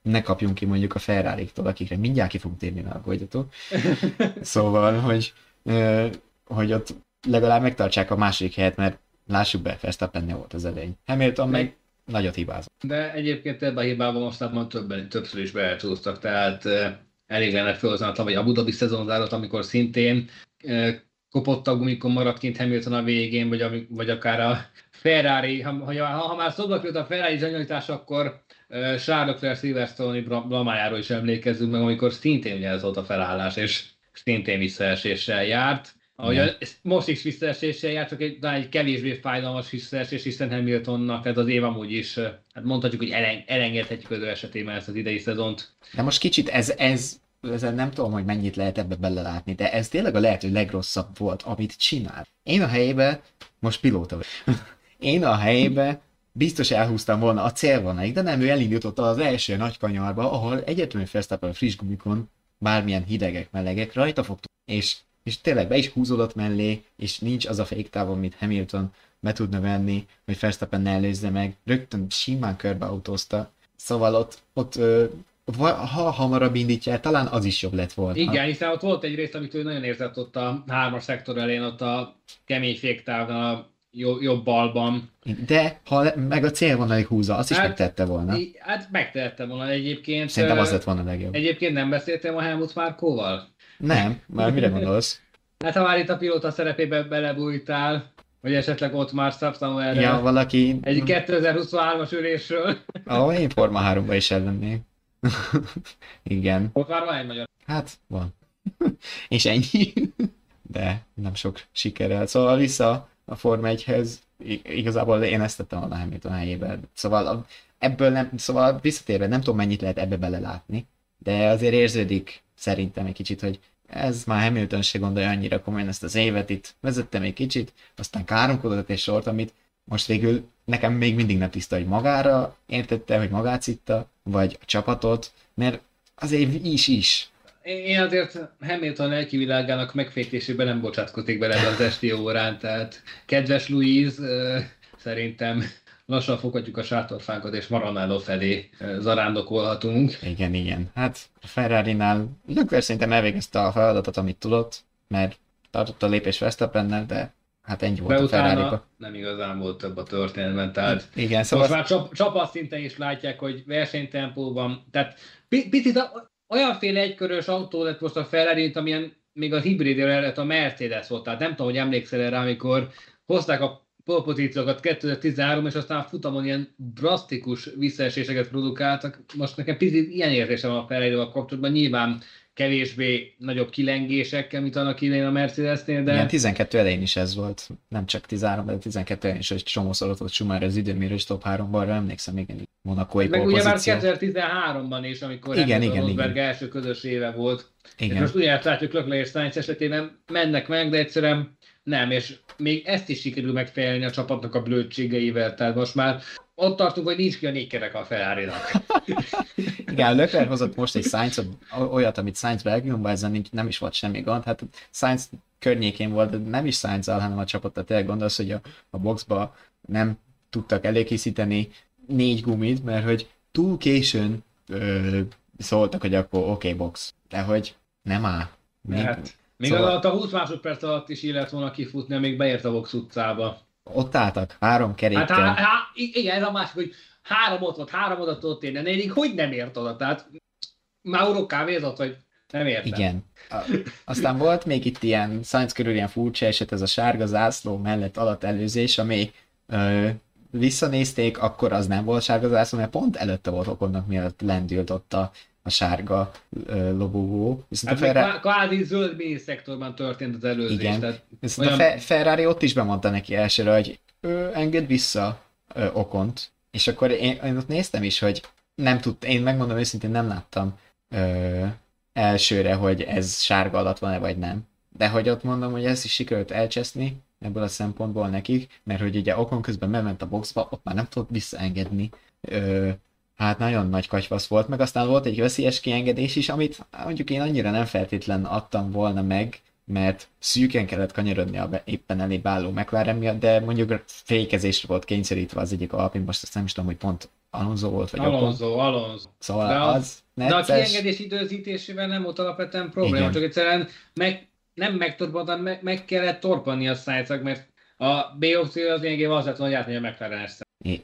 ne kapjunk ki mondjuk a Ferrari-tól, akikre mindjárt ki fogunk térni, ne aggódjatok. Szóval, hogy, hogy ott legalább megtartsák a második helyet, mert lássuk be, Verstappennél volt az elény. Hamilton meg nagyot hibázott. De egyébként ebben a hibában mostában többen, többször is beelcsúsztak, tehát elég lenne felhozni a tavalyi Abu Dhabi szezonzárat, amikor szintén kopott a gumikon maradt kint Hamilton a végén, vagy, vagy akár a Ferrari, ha, ha, ha már szóba került a Ferrari zsanyolítás, akkor uh, Charles Leclerc Silverstone-i blamájáról is emlékezzünk meg, amikor szintén ugye ez volt a felállás, és szintén visszaeséssel járt. Ahogy most is visszaeséssel járt, csak egy, egy kevésbé fájdalmas visszaesés, hiszen Hamiltonnak ez az év amúgy is, hát mondhatjuk, hogy elen, elengedhetjük az ő esetében ezt az idei szezont. De most kicsit ez, ez, ez nem tudom, hogy mennyit lehet ebbe belelátni, de ez tényleg a lehető legrosszabb volt, amit csinál. Én a helyébe, most pilóta vagy, én a helyébe biztos elhúztam volna a célvonalig, de nem, ő elindított az első nagy kanyarba, ahol egyetlenül Verstappen a friss gumikon, bármilyen hidegek, melegek rajta fogtuk, és és tényleg be is húzódott mellé, és nincs az a féktávon, amit Hamilton be tudna venni, hogy Verstappen ne előzze meg, rögtön simán körbeautózta, szóval ott, ott ö, ha hamarabb indítja, talán az is jobb lett volna. Igen, hiszen ott volt egy rész, amit ő nagyon érzett ott a hármas szektor elén, ott a kemény féktávon, a jobb balban. De ha meg a célvonalig húzza, azt is hát, megtette volna. Hát megtette volna egyébként. Szerintem az lett volna legjobb. Egyébként nem beszéltem a Helmut Markóval? Nem, már mire gondolsz? Hát ha már itt a pilóta szerepébe belebújtál, vagy esetleg ott már Samuelre. Ja, valaki... Egy kétezer-huszonhármas ülésről. Ahol én Forma háromban is ellennék. Igen. Ott már van egy magyar. Hát, van. És ennyi. De nem sok sikerrel. Szóval vissza a Forma egyhez. Igazából én ezt tettem a Hamilton helyébe. Szóval ebből nem, szóval visszatérve nem tudom mennyit lehet ebbe belelátni, de azért érződik szerintem egy kicsit, hogy ez már Hamilton se gondolja annyira komolyan ezt az évet, itt vezettem egy kicsit, aztán káromkodott egy sort, amit most végül nekem még mindig nem tiszta, hogy magára értette, hogy magát szitta, vagy a csapatot, mert azért is is. Én azért Hamilton lelkivilágának megfékésében nem bocsátkozik bele az esti órán, tehát kedves Louise, szerintem lassan fogadjuk a sátorfánkat, és Maranello felé zarándokolhatunk. Igen, igen. Hát a Ferrari-nál Leclerc szerintem elvégezte a feladatot, amit tudott, mert tartott a lépés Verstappennel, de hát ennyi volt. De a Ferrari-ba. Nem igazán volt több a történetben, tehát igen, szóval most már csap, csapat szinten is látják, hogy versenytempóban, tehát picit olyanféle egykörös autó lett most a Ferrari, amilyen még a hibridről lett a Mercedes volt, tehát nem tudom, hogy emlékszel erre, amikor hozták a polpozíciókat kétezer-tizenhárom, és aztán a futamon ilyen drasztikus visszaeséseket produkáltak. Most nekem picit ilyen érzésem van a Ferrari-val kapcsolatban, nyilván kevésbé nagyobb kilengésekkel, mint annak idején a Mercedesnél, de... Igen, tizenkettő elején is ez volt, nem csak tizenhárom, de tizenkettő elején is, hogy csomószor ott volt Schumacher az időmérős top háromban, arra emlékszem, igen, monakói polpozíció. Meg ugye már kétezer-tizenháromban is, amikor igen, igen, Rosberg igen. első közös éve volt. Igen. És most ugyanezt látjuk Leclerc és Sainz esetében, mennek meg, de egyszerűen nem, és még ezt is sikerül megfelelni a csapatnak a blödségeivel, tehát most már ott tartunk, hogy nincs ki a négy kerek a Ferrari-nak. Igen, Leclerc hozott most egy Sainz, olyat, amit Sainz Belgiumban, ezen nem is volt semmi gond, hát Sainz környékén volt, de nem is Sainz-al, hanem a csapattal. Tényleg gondolsz, hogy a, a boxba nem tudtak előkészíteni négy gumit, mert hogy túl későn ö, szóltak, hogy akkor oké, okay, box, de hogy nem áll. Még, hát, még szóval... alatt a húsz másodperc alatt is illet volna kifutni, amíg beért a box utcába. Ott álltak, három kerékkel. Hát, há, há, igen, ez a másik, hogy három ott volt, három oda tudott érni, de négyedik hogy nem ért oda, tehát Mauro kávézott, vagy nem értem. Igen. A, aztán volt még itt ilyen Sainz körül ilyen furcsa eset, ez a sárga zászló mellett alatt előzés, ami ö, visszanézték, akkor az nem volt sárga zászló, mert pont előtte volt Oconnak, mielőtt lendült ott a, a sárga ö, lobogó. Hát a Ferrari... kvázi zöld mini szektorban történt az előzés. Igen. Tehát olyan... a Fe- Ferrari ott is bemondta neki elsőre, hogy ő enged vissza ö, Ocont, és akkor én, én ott néztem is, hogy nem tudtam, én megmondom őszintén, nem láttam ö, elsőre, hogy ez sárga alatt van-e vagy nem. De hogy ott mondom, hogy ezt is sikerült elcseszni ebből a szempontból nekik, mert hogy ugye Ocon közben megment a boxba, ott már nem tudott visszaengedni. Ö, hát nagyon nagy katyvasz volt, meg aztán volt egy veszélyes kiengedés is, amit mondjuk én annyira nem feltétlen adtam volna meg, mert szűken kellett kanyarodni a éppen elébb álló McLaren miatt, de mondjuk fékezésre volt kényszerítve az egyik Alpin, most azt nem is tudom, hogy pont Alonso volt, vagy Alonso, Ocon. Alonso. Szóval de a, az de a necces. kiengedés időzítésével nem volt alapvetően probléma, Igen. csak egyszerűen meg, nem megtorpantan, meg, meg kellett torpanni a Sainznak, mert a B opció az lényegében az lett volna, hogy átmegy a McLaren-es. I-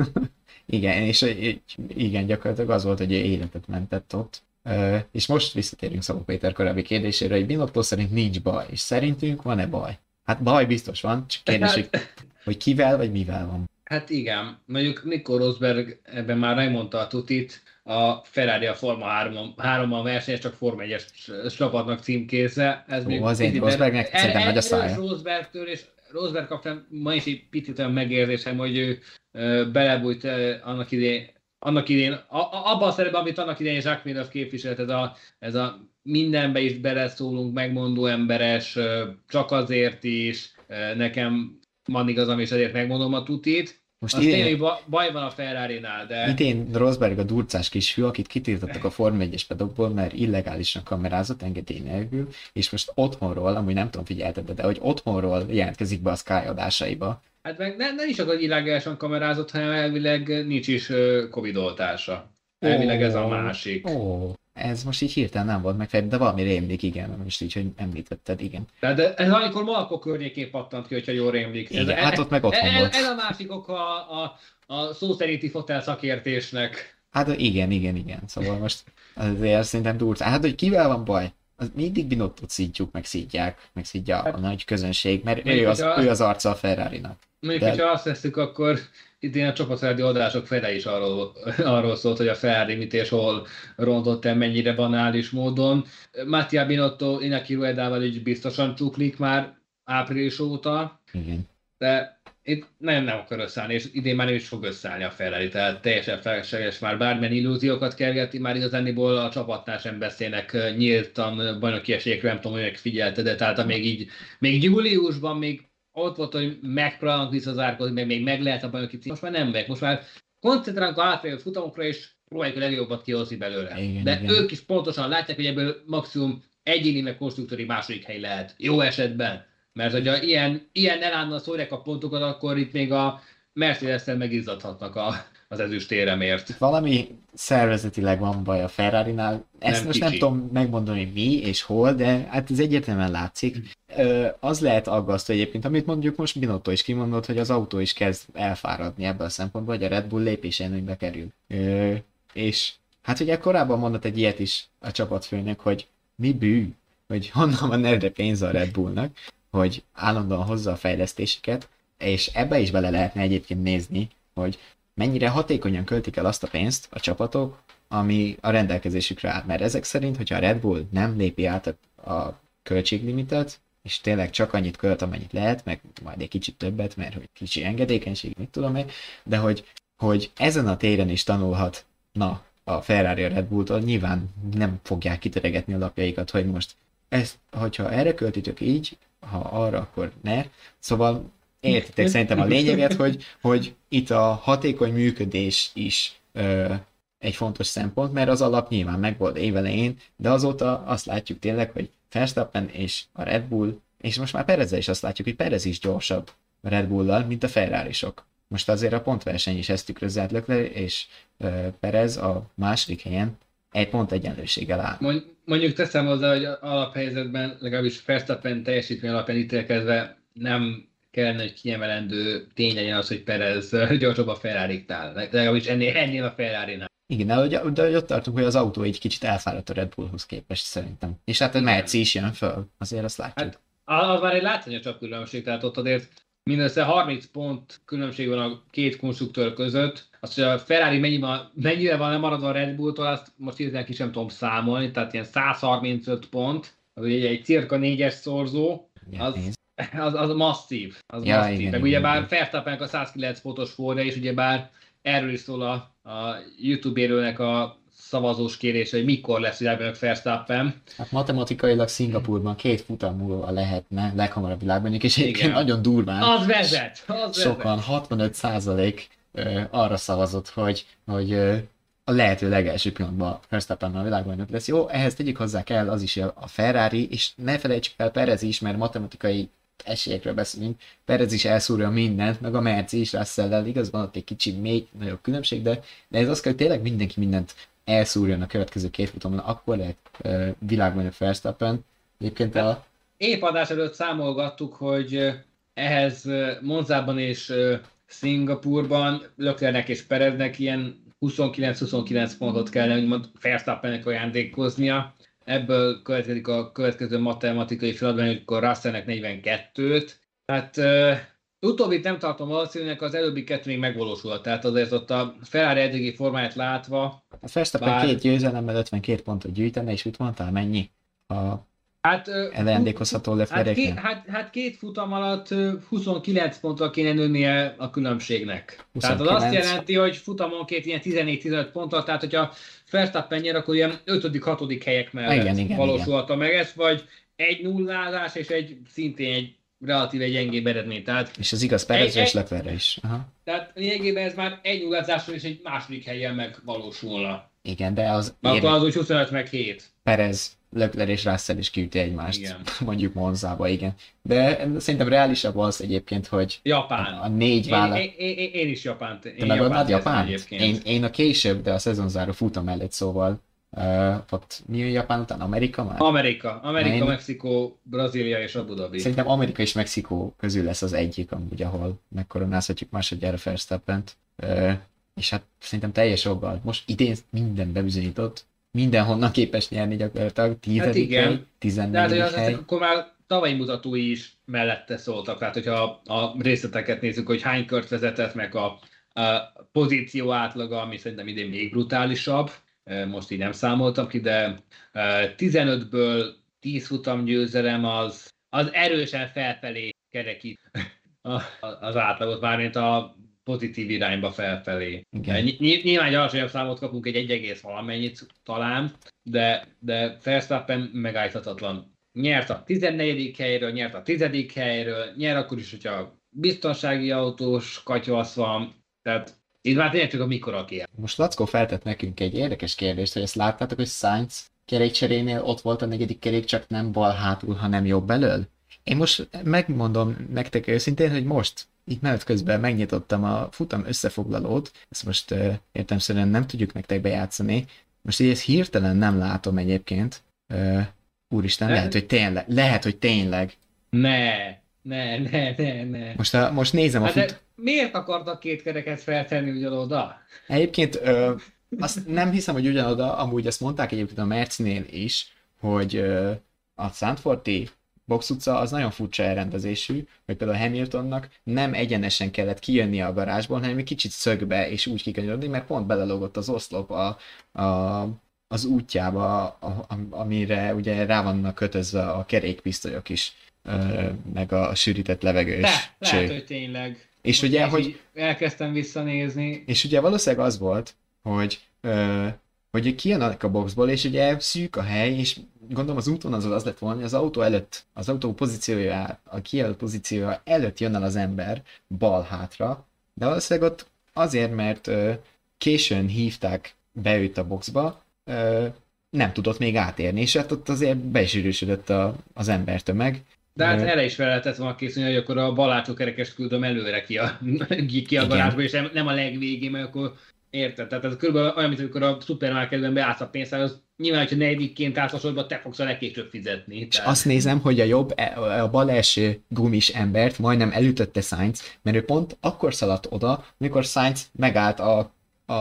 igen, és igen, gyakorlatilag az volt, hogy életet mentett ott. Uh, és most visszatérünk Szabó Péter korábbi kérdésére, hogy Binotto szerint nincs baj, és szerintünk van-e baj? Hát baj biztos van, csak kérdés, hogy, hogy kivel vagy mivel van. Hát igen, mondjuk Nico Rosberg ebben már megmondta a tutit, a Ferrari a Forma hárommal versenyez, csak Forma egyes csapatnak címkézze. Ez Ó, azért Rosbergnek szerintem nagy a szája. Rosbergtől, és Rosberg kapcsán ma is egy picit olyan megérzésem, hogy ő ö, belebújt ö, annak idején, annak idején a, a, abban a szerepben, amit annak idején Jacques Villeneuve képviselt, ez a, ez a mindenbe is beleszólunk, megmondó emberes, ö, csak azért is, ö, nekem van igazam, és ezért megmondom a tutit. Most Azt idén, tényleg baj van a Ferrari-nál, de... idén Rosberg a durcás kisfiú, akit kitiltottak a Forma egyes pedokból, mert illegálisan kamerázott engedély nélkül, és most otthonról, amúgy nem tudom figyelted, de hogy otthonról jelentkezik be a Sky adásaiba. Hát meg ne, nem is az, hogy illegálisan kamerázott, hanem elvileg nincs is uh, Covid oltása. Elvileg ez a másik. Ó, ez most így hirtelen nem volt megfelelő, de valami rémlik, igen, most így, hogy említetted, igen. De, de ez amikor Malko környékén pattant ki, hogyha jól rémlik. Igen, ez, hát ott meg otthon ez, volt. Ez a másik oka a, a, a szó szerinti fotel szakértésnek. Hát igen, igen, igen, szóval most azért szerintem durcán. Hát, hogy kivel van baj? Az mindig Binottot szítjuk, meg szítják, meg szítja a nagy közönség, mert ő az, ő az arca a Ferrarinak. Mondjuk, De... hogyha azt veszük, akkor idén a csapatszerdi adások fele is arról, arról szólt, hogy a Ferrari mit és hol rontott el, mennyire banális módon. Mattia Binotto Iñaki Ruedával is biztosan csuklik már április óta, Igen. de itt nem, nem akar összeállni, és idén már nem is fog összeállni a Ferrari, tehát teljesen felesleges már bármilyen illúziókat kergetni, már igazániból a csapatnál sem beszélnek nyíltan bajnoki esélyekről, nem tudom, hogy megfigyelte, de tehát még így, még júliusban még ott volt, hogy megpróbálnak visszazárkozni, meg még meg lehet a bajnoki cím. Most már nem meg, most már koncentrálunk a hátralévő futamokra, és próbáljuk a legjobbat kihozni belőle. Igen, de igen. ők is pontosan látják, hogy ebből maximum egyéni meg konstruktúri második hely lehet. Jó esetben. Mert hogyha ilyen, ilyen elánnal szórják a pontokat, akkor itt még a Mercedes-tel megizzadhatnak a, az ezüstéremért. Valami szervezetileg van baj a Ferrarinál. Ezt Nem most kicsi. nem tudom megmondani mi és hol, de hát ez egyértelműen látszik. Ö, az lehet aggasztó egyébként, amit mondjuk most Binotto is kimondott, hogy az autó is kezd elfáradni ebből a szempontból, hogy a Red Bull lépéselőnybe kerül. Ö, és hát ugye korábban mondott egy ilyet is a csapatfőnök, hogy mi bű, hogy honnan van erre pénz a Red Bullnak, hogy állandóan hozza a fejlesztéseket, és ebbe is bele lehetne egyébként nézni, hogy mennyire hatékonyan költik el azt a pénzt a csapatok, ami a rendelkezésükre áll. Mert ezek szerint, hogyha a Red Bull nem lépi át a, a költséglimitet, és tényleg csak annyit költ, amennyit lehet, meg majd egy kicsit többet, mert hogy kicsi engedékenység, mit tudom én, de hogy, hogy ezen a téren is tanulhatna a Ferrari a Red Bulltól, nyilván nem fogják kiteregetni a lapjaikat, hogy most ezt, hogyha erre költitek így, ha arra, akkor ne. Szóval értitek szerintem a lényeget, hogy, hogy itt a hatékony működés is ö, egy fontos szempont, mert az alap nyilván megvolt évelején, de azóta azt látjuk tényleg, hogy Verstappen és a Red Bull, és most már Perezzel is azt látjuk, hogy Perez is gyorsabb a Red Bull-lal, mint a Ferrari-sok. Most azért a pontverseny is ezt tükrözze, Leclerc és ö, Perez a második helyen egy pont egyenlőséggel áll. Mondjuk teszem hozzá, hogy alaphelyzetben, legalábbis Verstappen teljesítmény alapján ítélkezve nem kellene, hogy kiemelendő tény legyen az, hogy Perez gyorsabb a Ferrari-nál. Legalábbis ennél, ennél a Ferrari-nál. Igen, de, de, de ott tartunk, hogy az autó egy kicsit elfáradt a Red Bullhoz képest szerintem. És hát a Merci is jön föl, azért azt látjuk. Hát, az már egy látványosabb különbség, tehát ott azért mindössze harminc pont különbség van a két konstruktőr között. Azt, hogy a Ferrari mennyire, mennyire van lemaradva a Red Bulltól, azt most hirtelen ki sem tudom számolni, tehát ilyen száz harmincöt pont, az ugye egy cirka négyes szorzó, az, az, az masszív. Az Ja, masszív. igen, Meg igen, ugyebár igen. Verstappennek a száz kilenc pontos forra, és ugyebár erről is szól a, a YouTube érőnek a szavazós kérése, hogy mikor lesz világbajnok Verstappen. Hát matematikailag Szingapurban két futam múlva lehetne leghamarabb világbajnok, és egyébként Igen. nagyon durván. Az vezet! Az Sokan, vezet. hatvanöt százalék arra szavazott, hogy, hogy ö, a lehető legelső pillanatban Verstappen a világbajnok lesz. Jó, ehhez tegyük hozzá kell az is a Ferrari, és ne felejtsük el Perez is, mert matematikai esélyekről beszélünk, Perez is elszúrja mindent, meg a Merci is Russell-lel, igaz, van ott egy kicsi, még nagyobb különbség, de, de ez az kell, hogy tényleg mindenki mindent elszúrjon a következő két futamon, akkor lehet uh, világbajnok Verstappen. Egyébként a... Épp adás előtt számolgattuk, hogy ehhez Monzában és Szingapurban Leclercnek és Pereznek ilyen huszonkilenc-huszonkilenc pontot kellene, úgymond Verstappennek ajándékoznia. Ebből következik a következő matematikai feladatban, amikor Russellnek negyvenkettőt. Tehát uh, utóbbit nem tartom valószínűleg, az előbbi kettő még megvalósul. Tehát azért ott a Ferrari eddigi formáját látva... A Verstappen bár... két győzelemmel ötvenkét pontot gyűjtene, és mit mondtál, mennyi? A... Hát, elajándékozható Leclercnek? Hát, hát, hát két futam alatt huszonkilenc ponttal kéne nőnie a különbségnek. huszonkilenc. Tehát az azt jelenti, hogy futamonként ilyen tizennégy-tizenöt ponttal, tehát hogyha Verstappen nyer, akkor ilyen ötödik-hatodik helyek mellett igen, igen, valósulhatta igen. meg ez, vagy egy nullázás és egy szintén egy relatíve gyengébb eredmény. Tehát és az igaz Perezre és Leclercre is. Aha. Tehát lényegében ez már egy nullázásról és egy második helyen megvalósulna. Igen, de az... Akkor ér... az úgy huszonöt meg hét. Perez, Leclerc és Russell is kiüti egymást, igen. mondjuk Monzába, igen. De szerintem reálisabb az egyébként, hogy Japán. A, a négy vállal... Én, én, én, én is Japánt. Én Te megadnád Japánt? Én, én a később, de a szezonzáró futam mellett, szóval uh, ott mi a Japán után? Amerika már? Amerika. Amerika, én... Mexikó, Brazília és Abu Dhabi. Szerintem Amerika és Mexikó közül lesz az egyik, amúgy, ahol megkoronázhatjuk másodjára Verstappent. Uh, és hát szerintem teljes joggal. Most idén minden bebizonyított, mindenhonnan képes nyerni gyakorlatilag, tizedik hát hely, tizennegyedik hát, hely. Akkor már tavalyi mutatói is mellette szóltak, tehát hogyha a részleteket nézzük, hogy hány kört vezetett, meg a, a pozíció átlaga, ami szerintem idén még brutálisabb, most így nem számoltam ki, de tizenötből tíz futam győzelem az, az erősen felfelé kerekít az átlagot, mármint a pozitív irányba felfelé. Ny- nyilván egy alacsonyabb számot kapunk, egy egy egész valamennyit talán, de, de Verstappen megállíthatatlan. Nyert a tizennegyedik helyről, nyert a tizedik helyről, nyer akkor is, hogyha biztonsági autós katyvasz van, tehát itt már tényleg csak a mikor a kér. Most Lackó feltett nekünk egy érdekes kérdést, hogy ezt láttátok, hogy Sainz kerékcserénél ott volt a negyedik kerék, csak nem bal hátul, hanem jobb elől? Én most megmondom nektek őszintén, hogy most így menet közben megnyitottam a futam összefoglalót, ezt most uh, értelemszerűen nem tudjuk nektek bejátszani, most így ezt hirtelen nem látom egyébként, uh, úristen, ne? lehet, hogy tényleg, lehet, hogy tényleg. Ne, ne, ne, ne, ne. Most, a, most nézem a hát fut... miért akartak két kereket feltenni ugyanoda? Egyébként uh, azt nem hiszem, hogy ugyanoda, amúgy ezt mondták egyébként a Mercinél is, hogy uh, a Zandvoorti box utca az nagyon furcsa elrendezésű, hogy például Hamiltonnak nem egyenesen kellett kijönnie a garázsból, hanem egy kicsit szögbe és úgy kikanyarodni, mert pont belelogott az oszlop a, a, az útjába, a, a, amire ugye rá vannak kötözve a kerékpisztolyok is, ö, meg a sűrített levegős De, cső. lehet, hogy tényleg. És most ugye, hogy... elkezdtem visszanézni. És ugye valószínűleg az volt, hogy... Ö, hogy kijönnek a boxból, és ugye szűk a hely, és gondolom az úton az az lett volna, hogy az autó előtt, az autó pozíciója, a kijelölt pozíciója előtt jön el az ember bal hátra, de valószínűleg ott azért, mert ö, későn hívták be őt a boxba, ö, nem tudott még átérni, és hát ott azért besűrűsödött a, az embertömeg. De hát erre is fel lehetett volna készülni, hogy akkor a bal hátsó kerekest küldöm előre ki a, ki a garázsba, és nem, nem a legvégén, mert akkor érted? Tehát ez körülbelül olyan, mint amikor a szupermarketben beállsz a pénztárhoz, nyilván, hogyha negyedikként állsz a sorba, te fogsz a legkésőbb fizetni. És tehát... azt nézem, hogy a jobb, a bal első gumis embert majdnem elütötte Sainz, mert ő pont akkor szaladt oda, amikor Sainz megállt a, a,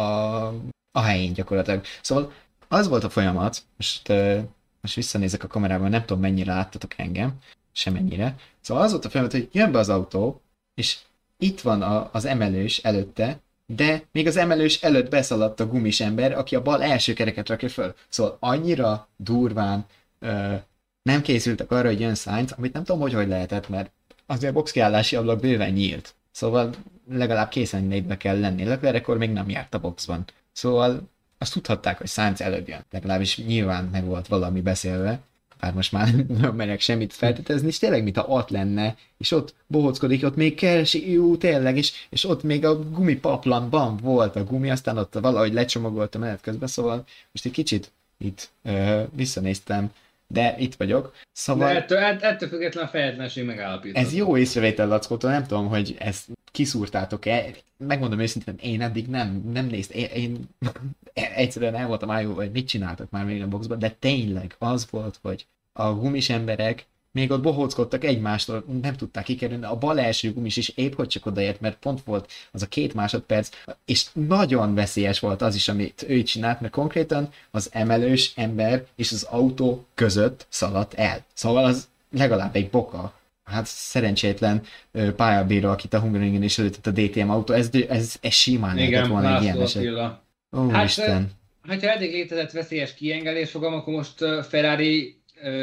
a helyén gyakorlatilag. Szóval az volt a folyamat, most, uh, most visszanézek a kamerában, nem tudom mennyire láttatok engem, semennyire. Szóval az volt a folyamat, hogy jön be az autó, és itt van a, az emelős előtte, de még az emelős előtt beszaladt a gumis ember, aki a bal első kereket rakja föl. Szóval annyira durván ö, nem készültek arra, hogy jön Sainz, amit nem tudom, hogy hogy lehetett, mert azért a boxkiállási ablak bőven nyílt. Szóval legalább készenlétbe kell lenni. Leclerc akkor még nem járt a boxban. Szóval azt tudhatták, hogy Sainz előbb jön. Legalábbis nyilván meg volt valami beszélve. Bár most már nem merek semmit feltételezni, és tényleg, mintha ott lenne, és ott bohóckodik, ott még keresi, jó, tényleg, és, és ott még a gumipaplanban volt a gumi, aztán ott valahogy lecsomagolt a menet közben, szóval most egy kicsit itt ö, visszanéztem de itt vagyok. Szóval... De ettől, ett, ettől független a fejetlenség megállapítható. Ez jó észrevétel, Lackótól, nem tudom, hogy ezt kiszúrtátok-e. Megmondom őszintén, én eddig nem, nem néztem, én, én egyszerűen el voltam ájulva, hogy mit csináltak már még a boxban, de tényleg az volt, hogy a gumis emberek még ott bohóckodtak egymástól, nem tudták kikerülni, a bal első gumis is épp hogy csak odaért, mert pont volt az a két másodperc, és nagyon veszélyes volt az is, amit ő csinált, mert konkrétan az emelős ember és az autó között szaladt el. Szóval az legalább egy boka. Hát szerencsétlen pályabíró, akit a Hungaroringen is előtt a dé té em autó, ez, ez, ez simán lehetett volna egy ilyen eset. Ó, hát, Isten. Hát, ha eddig létezett veszélyes kiengedés fogalom, akkor most Ferrari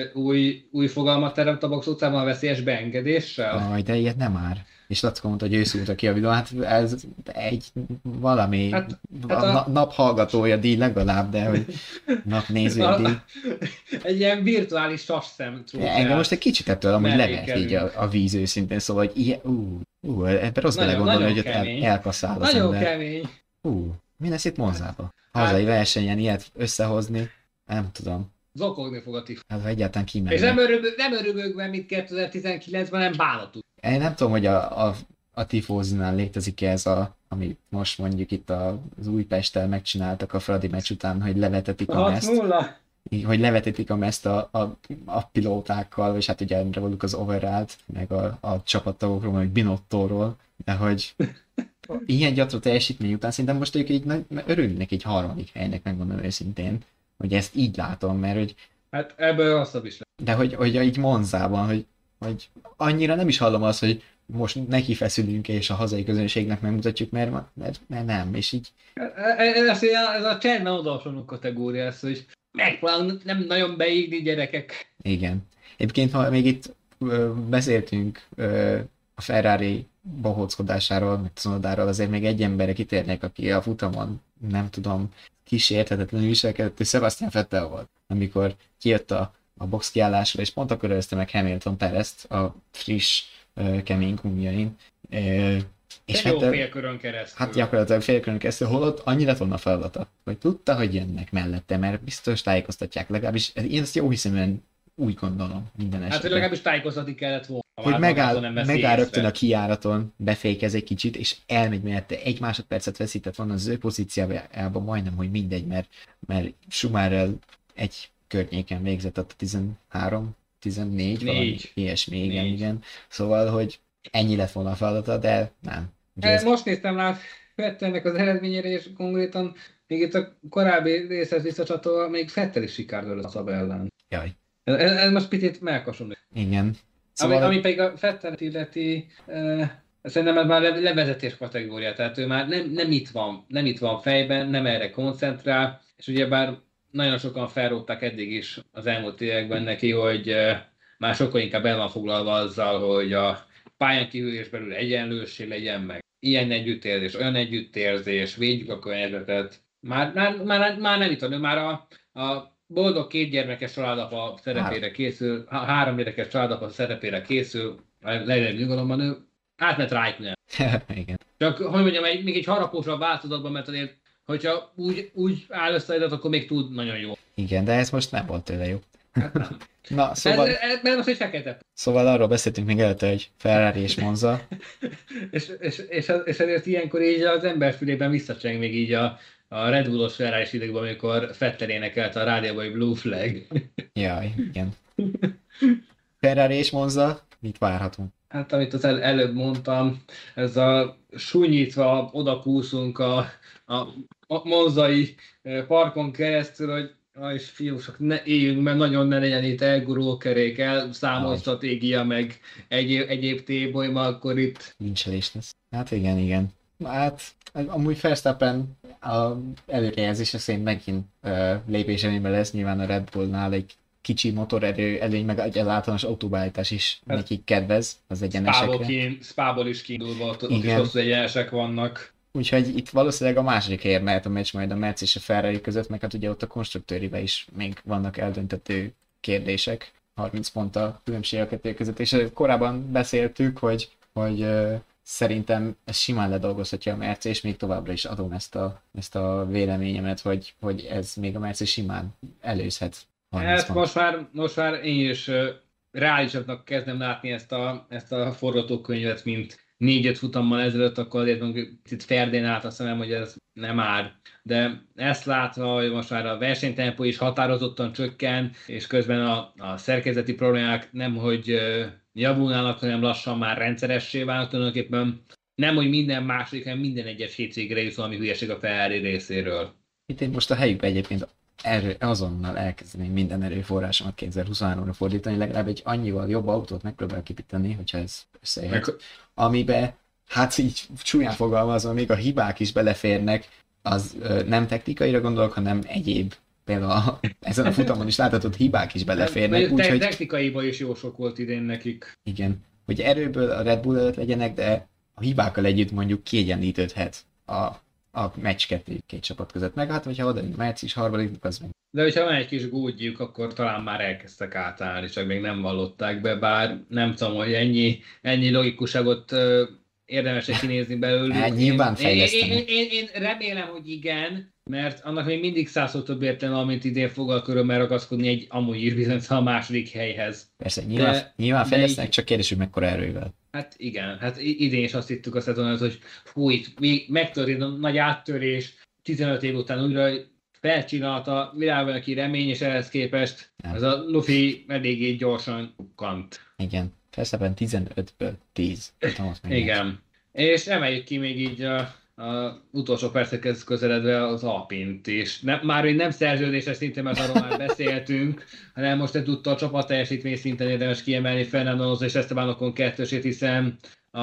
új, új fogalmat teremt a box utcában a veszélyes beengedéssel. Aj, de ilyet nem már. És Lackó mondta, hogy ő szúrta ki a videó, hát ez egy valami hát, a, hát a... Na, naphallgatója díj legalább, de hogy napnéző díj. Egy ilyen virtuális sasszem. Engem most egy kicsit ettől amúgy levert így a, a víz őszintén, szóval hogy ilyen, ú, ú, ebben rossz belegondolni, hogy ott el, elkasszál az nagyon ember. kemény. Ú, mi lesz itt Monzába? Hazai hát, versenyen ilyet összehozni, nem tudom. Zokogni fog a tif. Hát egyáltalán kimenni. És nem, örömög, nem örömögve, mint kétezer-tizenkilencben, nem bánatul. Én nem tudom, hogy a, a, a tifózinál létezik-e ez a, ami most mondjuk itt az Újpesttel megcsináltak a Fradi meccs után, hogy levetetik a meszt. Hogy levetetik a meszt a, a, a pilótákkal, és hát ugye róluk az overall-t, meg a, a csapattagokról, meg Binottóról, de hogy ilyen gyatra teljesítmény után szerintem most ők így örülnek egy harmadik helynek, megmondom őszintén, hogy ezt így látom, mert hogy... Hát ebből rosszabb is lesz. De hogy, hogy így Monzában, hogy, hogy annyira nem is hallom azt, hogy most neki feszülünk és a hazai közönségnek megmutatjuk, mert, mert, mert nem, és így... Ez, ez a csendben odaosonó kategória, ez, hogy megpróbálunk nem nagyon beígni gyerekek. Igen. Egyébként, ha még itt ö, beszéltünk ö, a Ferrari bohóckodásáról, meg Cunodáról, azért még egy emberre kitérnek, aki a futamon, nem tudom, kísérthetetlenül viselkedett, és Sebastian Vettel volt, amikor kijött a, a box kiállásra, és pont akkor előzte meg Hamilton Perezt a friss, uh, kemény gumjain. Uh, és Egy jó félkörön keresztül. Hát gyakorlatilag félkörön keresztül, holott annyi lett volna a feladata, hogy tudta, hogy jönnek mellette, mert biztos tájékoztatják, legalábbis én ezt jó hiszeműen úgy gondolom minden esetben. Hát, hogy legalábbis tájékoztatni kellett volna. Hogy megáll, megáll rögtön a kijáraton, befékez egy kicsit, és elmegy mellette. Egy másodpercet veszített volna az ő pozíciójában, majdnem, hogy mindegy, mert, mert Schumacherrel egy környéken végzett a tizenhárom, tizennégy, valami ilyesmi, igen, igen. Szóval, hogy ennyi lett volna a feladata, de nem. Ez... Most néztem rá Vettelnek az eredményére, és konkrétan még itt a korábbi részhez visszacsatolva, még Vettel is sikárdől a Szab ellen. Jaj. Ez, ez most picit melkasonul. Igen. Szóval... Ami, ami pedig a Vettelet illeti, uh, szerintem ez már le, levezetés kategória, tehát ő már nem, nem itt van, nem itt van fejben, nem erre koncentrál, és ugyebár nagyon sokan felrótták eddig is az elmúlt években neki, hogy uh, már sokkal inkább el van foglalva azzal, hogy a pályán kívül és belül egyenlőség legyen meg. Ilyen együttérzés, olyan együttérzés, védjük a környezetet. Már, már, már, már nem itt van, ő már a, a boldog két gyermekes családapa szerepére készül, három gyerekes családapa szerepére készül, legnagyobb nyugalomban ő átment Raikkonen. Igen. Csak, hogy mondjam, egy, még egy harapósabb változatban, mert azért, hogyha úgy, úgy áll össze, akkor még tud nagyon jó. Igen, de ez most nem volt tőle jó. Na, szóval... Ez, ez, ez most egy fekete. Szóval arról beszéltünk még előtte, hogy Ferrari és Monza. és, és, és, és ezért ilyenkor így az ember fülében visszacseng még így a a Red Bullos Ferrari-s időkben, amikor Vettel énekelte a rádióban, hogy Blue Flag. Jaj, igen. Ferrari és Monza, mit várhatunk? Hát, amit az el- előbb mondtam, ez a súnyítva odakúszunk a, a, a monzai parkon keresztül, hogy aj, fiúsok, ne éljünk, mert nagyon ne legyen itt elgurulkerék, elszámolt stratégia, meg egyéb, egyéb tébolyma, akkor itt... Vincselés lesz. Hát igen, igen. Hát, amúgy Verstappen a előrejelzése szerint megint uh, lépés előnyben lesz, nyilván a Red Bullnál egy kicsi motorerő előny, meg egy általános autóbeállítás is hát, nekik kedvez az egyenesekre. Spából is kiindulva, ott, ott is hosszú egyenesek vannak. Úgyhogy itt valószínűleg a második helyért mehet a meccs majd a Merc és a Ferrari között, meg hát ugye ott a konstruktőriben is még vannak eldöntető kérdések, harminc pont a különbség a kettő között, és korábban beszéltük, hogy, hogy uh, szerintem ez simán ledolgozhatja a Merc, és még továbbra is adom ezt a, ezt a véleményemet, hogy, hogy ez még a Merc simán előzhet Hát most már, most már én is uh, reálisabbnak kezdem látni ezt a, ezt a forgatókönyvet, mint négy-öt futammal ezelőtt, akkor azért itt ferdén állt a szemem, hogy ez nem áll. De ezt látva, hogy most már a versenytempó is határozottan csökken, és közben a, a szerkezeti problémák nem hogy uh, javulnának, hanem lassan már rendszeressé válnak tulajdonképpen. Nem, hogy minden második, hanem minden egyes hétvégére jut valami hülyeség a Ferrari részéről. Itt én most a helyükben egyébként erő, azonnal elkezdeném minden erőforrásomat kétezer-huszonháromra fordítani, legalább egy annyival jobb autót megpróbál kipíteni, hogyha ez összejön. Meg... Amiben, hát így csúnyán fogalmazva, még a hibák is beleférnek, az ö, nem technikaira gondolok, hanem egyéb, például a, ezen a futamon is láthatod, hibák is beleférnek. Úgy, hogy... Technikaiban is jó sok volt idén nekik. Igen, hogy erőből a Red Bull előtt legyenek, de a hibákkal együtt mondjuk kiegyenlítődhet a a meccs kettő, két csapat között. Meg hát, hogyha oda március harmadiknak, az meg. De hogyha van egy kis gódjuk, akkor talán már elkezdtek átállni, csak még nem vallották be, bár nem tudom, hogy ennyi, ennyi logikuságot uh, érdemes kinézni belőlük. Hát, nyilván fejlesztenek. Én, én, én, én remélem, hogy igen, mert annak még mindig százszor több értelme, amint idén fog a körömmel ragaszkodni egy amúgy is bizony a második helyhez. Persze, nyilván, de, nyilván fejlesztenek, így, csak kérdés, hogy mekkora erővel. Hát igen, hát idén is azt hittük a szezon, hogy hú, itt még megtörtént a nagy áttörés, tizenöt év után újra felcsinált a világbajnoki remény, és ehhez képest nem. Ez a Luffy eléggé gyorsan kant. Igen, Verstappen tizenötből tíz. Igen, és emeljük ki még így a a utolsó percekhez közeledve az Alpint is. Nem, már hogy nem szerződéses szinten, mert arról már beszéltünk, hanem most egy tudta a csapat teljesítmény szinten érdemes kiemelni Fernando Alonso és Esteban Ocon kettősét, hiszen a,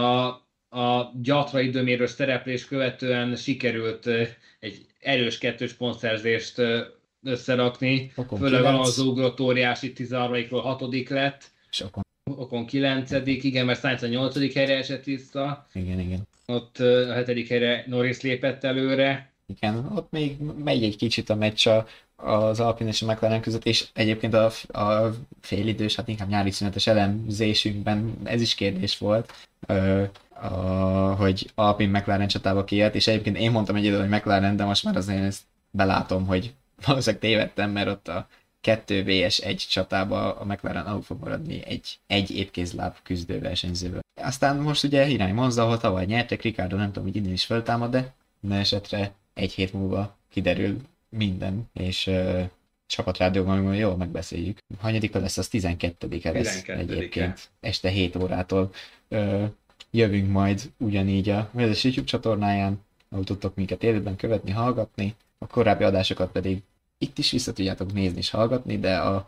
a gyatra időmérős szereplés követően sikerült egy erős kettős pontszerzést összerakni. Ocon főleg az ugrott óriási tizenharmadikról hatodik lett. És Ocon. Ocon kilencedik, igen, mert Sainz a nyolcadik helyre esett vissza. Igen, igen. Ott a hetedik helyre Norris lépett előre. Igen, ott még megy egy kicsit a meccs az Alpine és a McLaren között, és egyébként a, a félidős, hát inkább nyári szünetes elemzésünkben ez is kérdés volt, ö, a, hogy Alpine McLaren csatába kijött, és egyébként én mondtam egy idő, hogy McLaren, de most már azért ezt belátom, hogy valószínűleg tévedtem, mert ott a kettő vs egy csatába a McLaren alul fog maradni egy, egy épkézláb küzdő versenyzőből. Aztán most ugye irány Monza, ahol tavaly nyertek, Ricardo nem tudom, hogy idén is föltámad, de minden esetre egy hét múlva kiderül minden, és uh, csapatrádióban még jól megbeszéljük. Hanyadika lesz, az tizenkettedike lesz egyébként. Este hét órától uh, jövünk majd ugyanígy a Vezes YouTube csatornáján, ahol tudtok minket élőben követni, hallgatni, a korábbi adásokat pedig itt is vissza tudjátok nézni és hallgatni, de a,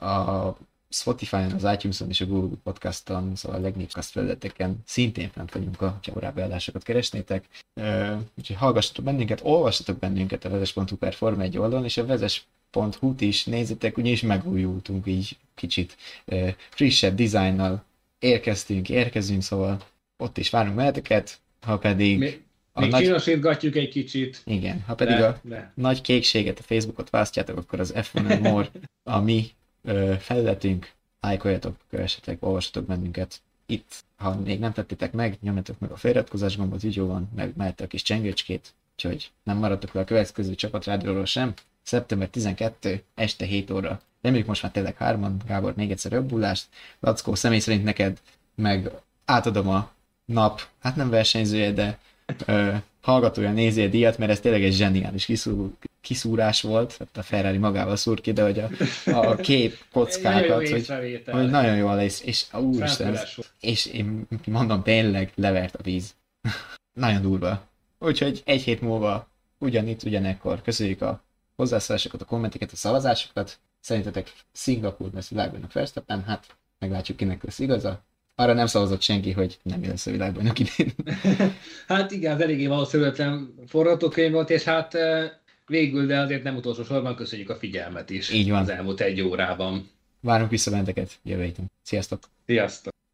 a Spotify-on, az iTunes-on és a Google Podcast-on, szóval a legnagyobb podcast felületeken szintén fent vagyunk, ha korábbi adásokat keresnétek. Uh, úgyhogy hallgassatok bennünket, olvassatok bennünket a vezes pont hu per Forma egy oldalon, és a vezes pont hu-t is nézzétek, ugyanis megújultunk így kicsit uh, frissebb dizájnnal érkeztünk, érkezünk, szóval ott is várunk veleteket, ha pedig... Mi? Még nagy... csinosítgatjuk egy kicsit. Igen, ha pedig de, a de. nagy kékséget, a Facebookot választjátok, akkor az ef egy More a mi ö, felületünk, lájkoljatok, kövessetek, olvassatok bennünket. Itt, ha még nem tettétek meg, nyomjatok meg a feliratkozás gombot videóban, meg mellette a kis csengőcskét, úgyhogy nem maradtok le a következő csapatrádióról sem. szeptember tizenkettedike, este hét óra. Reméljük most már tényleg hárman, Gábor, még egyszer jobbullást. Lackó, személy szerint neked meg átadom a nap, hát nem versenyzője, de Ö, hallgatója nézi a díjat, mert ez tényleg egy zseniális kiszúr, kiszúrás volt, a Ferrari magával szúr ki, de hogy a, a kép kockákat, hogy, hogy nagyon jól lesz, és úristen, és én mondom, tényleg levert a víz. Nagyon durva. Úgyhogy egy hét múlva ugyanitt, ugyanekkor köszönjük a hozzászólásokat, a kommenteket, a szavazásokat. Szerintetek Szingapúr lesz világbajnok Verstappen? Hát meglátjuk, kinek lesz igaza. Arra nem szavazott senki, hogy nem lesz a világbajnok idén. Hát igen, az eléggé valószínűtlen forgatókönyv volt, és hát végül, de azért nem utolsó sorban köszönjük a figyelmet is. Így van. Az elmúlt egy órában. Várunk vissza benneteket jövő héten. Sziasztok! Sziasztok!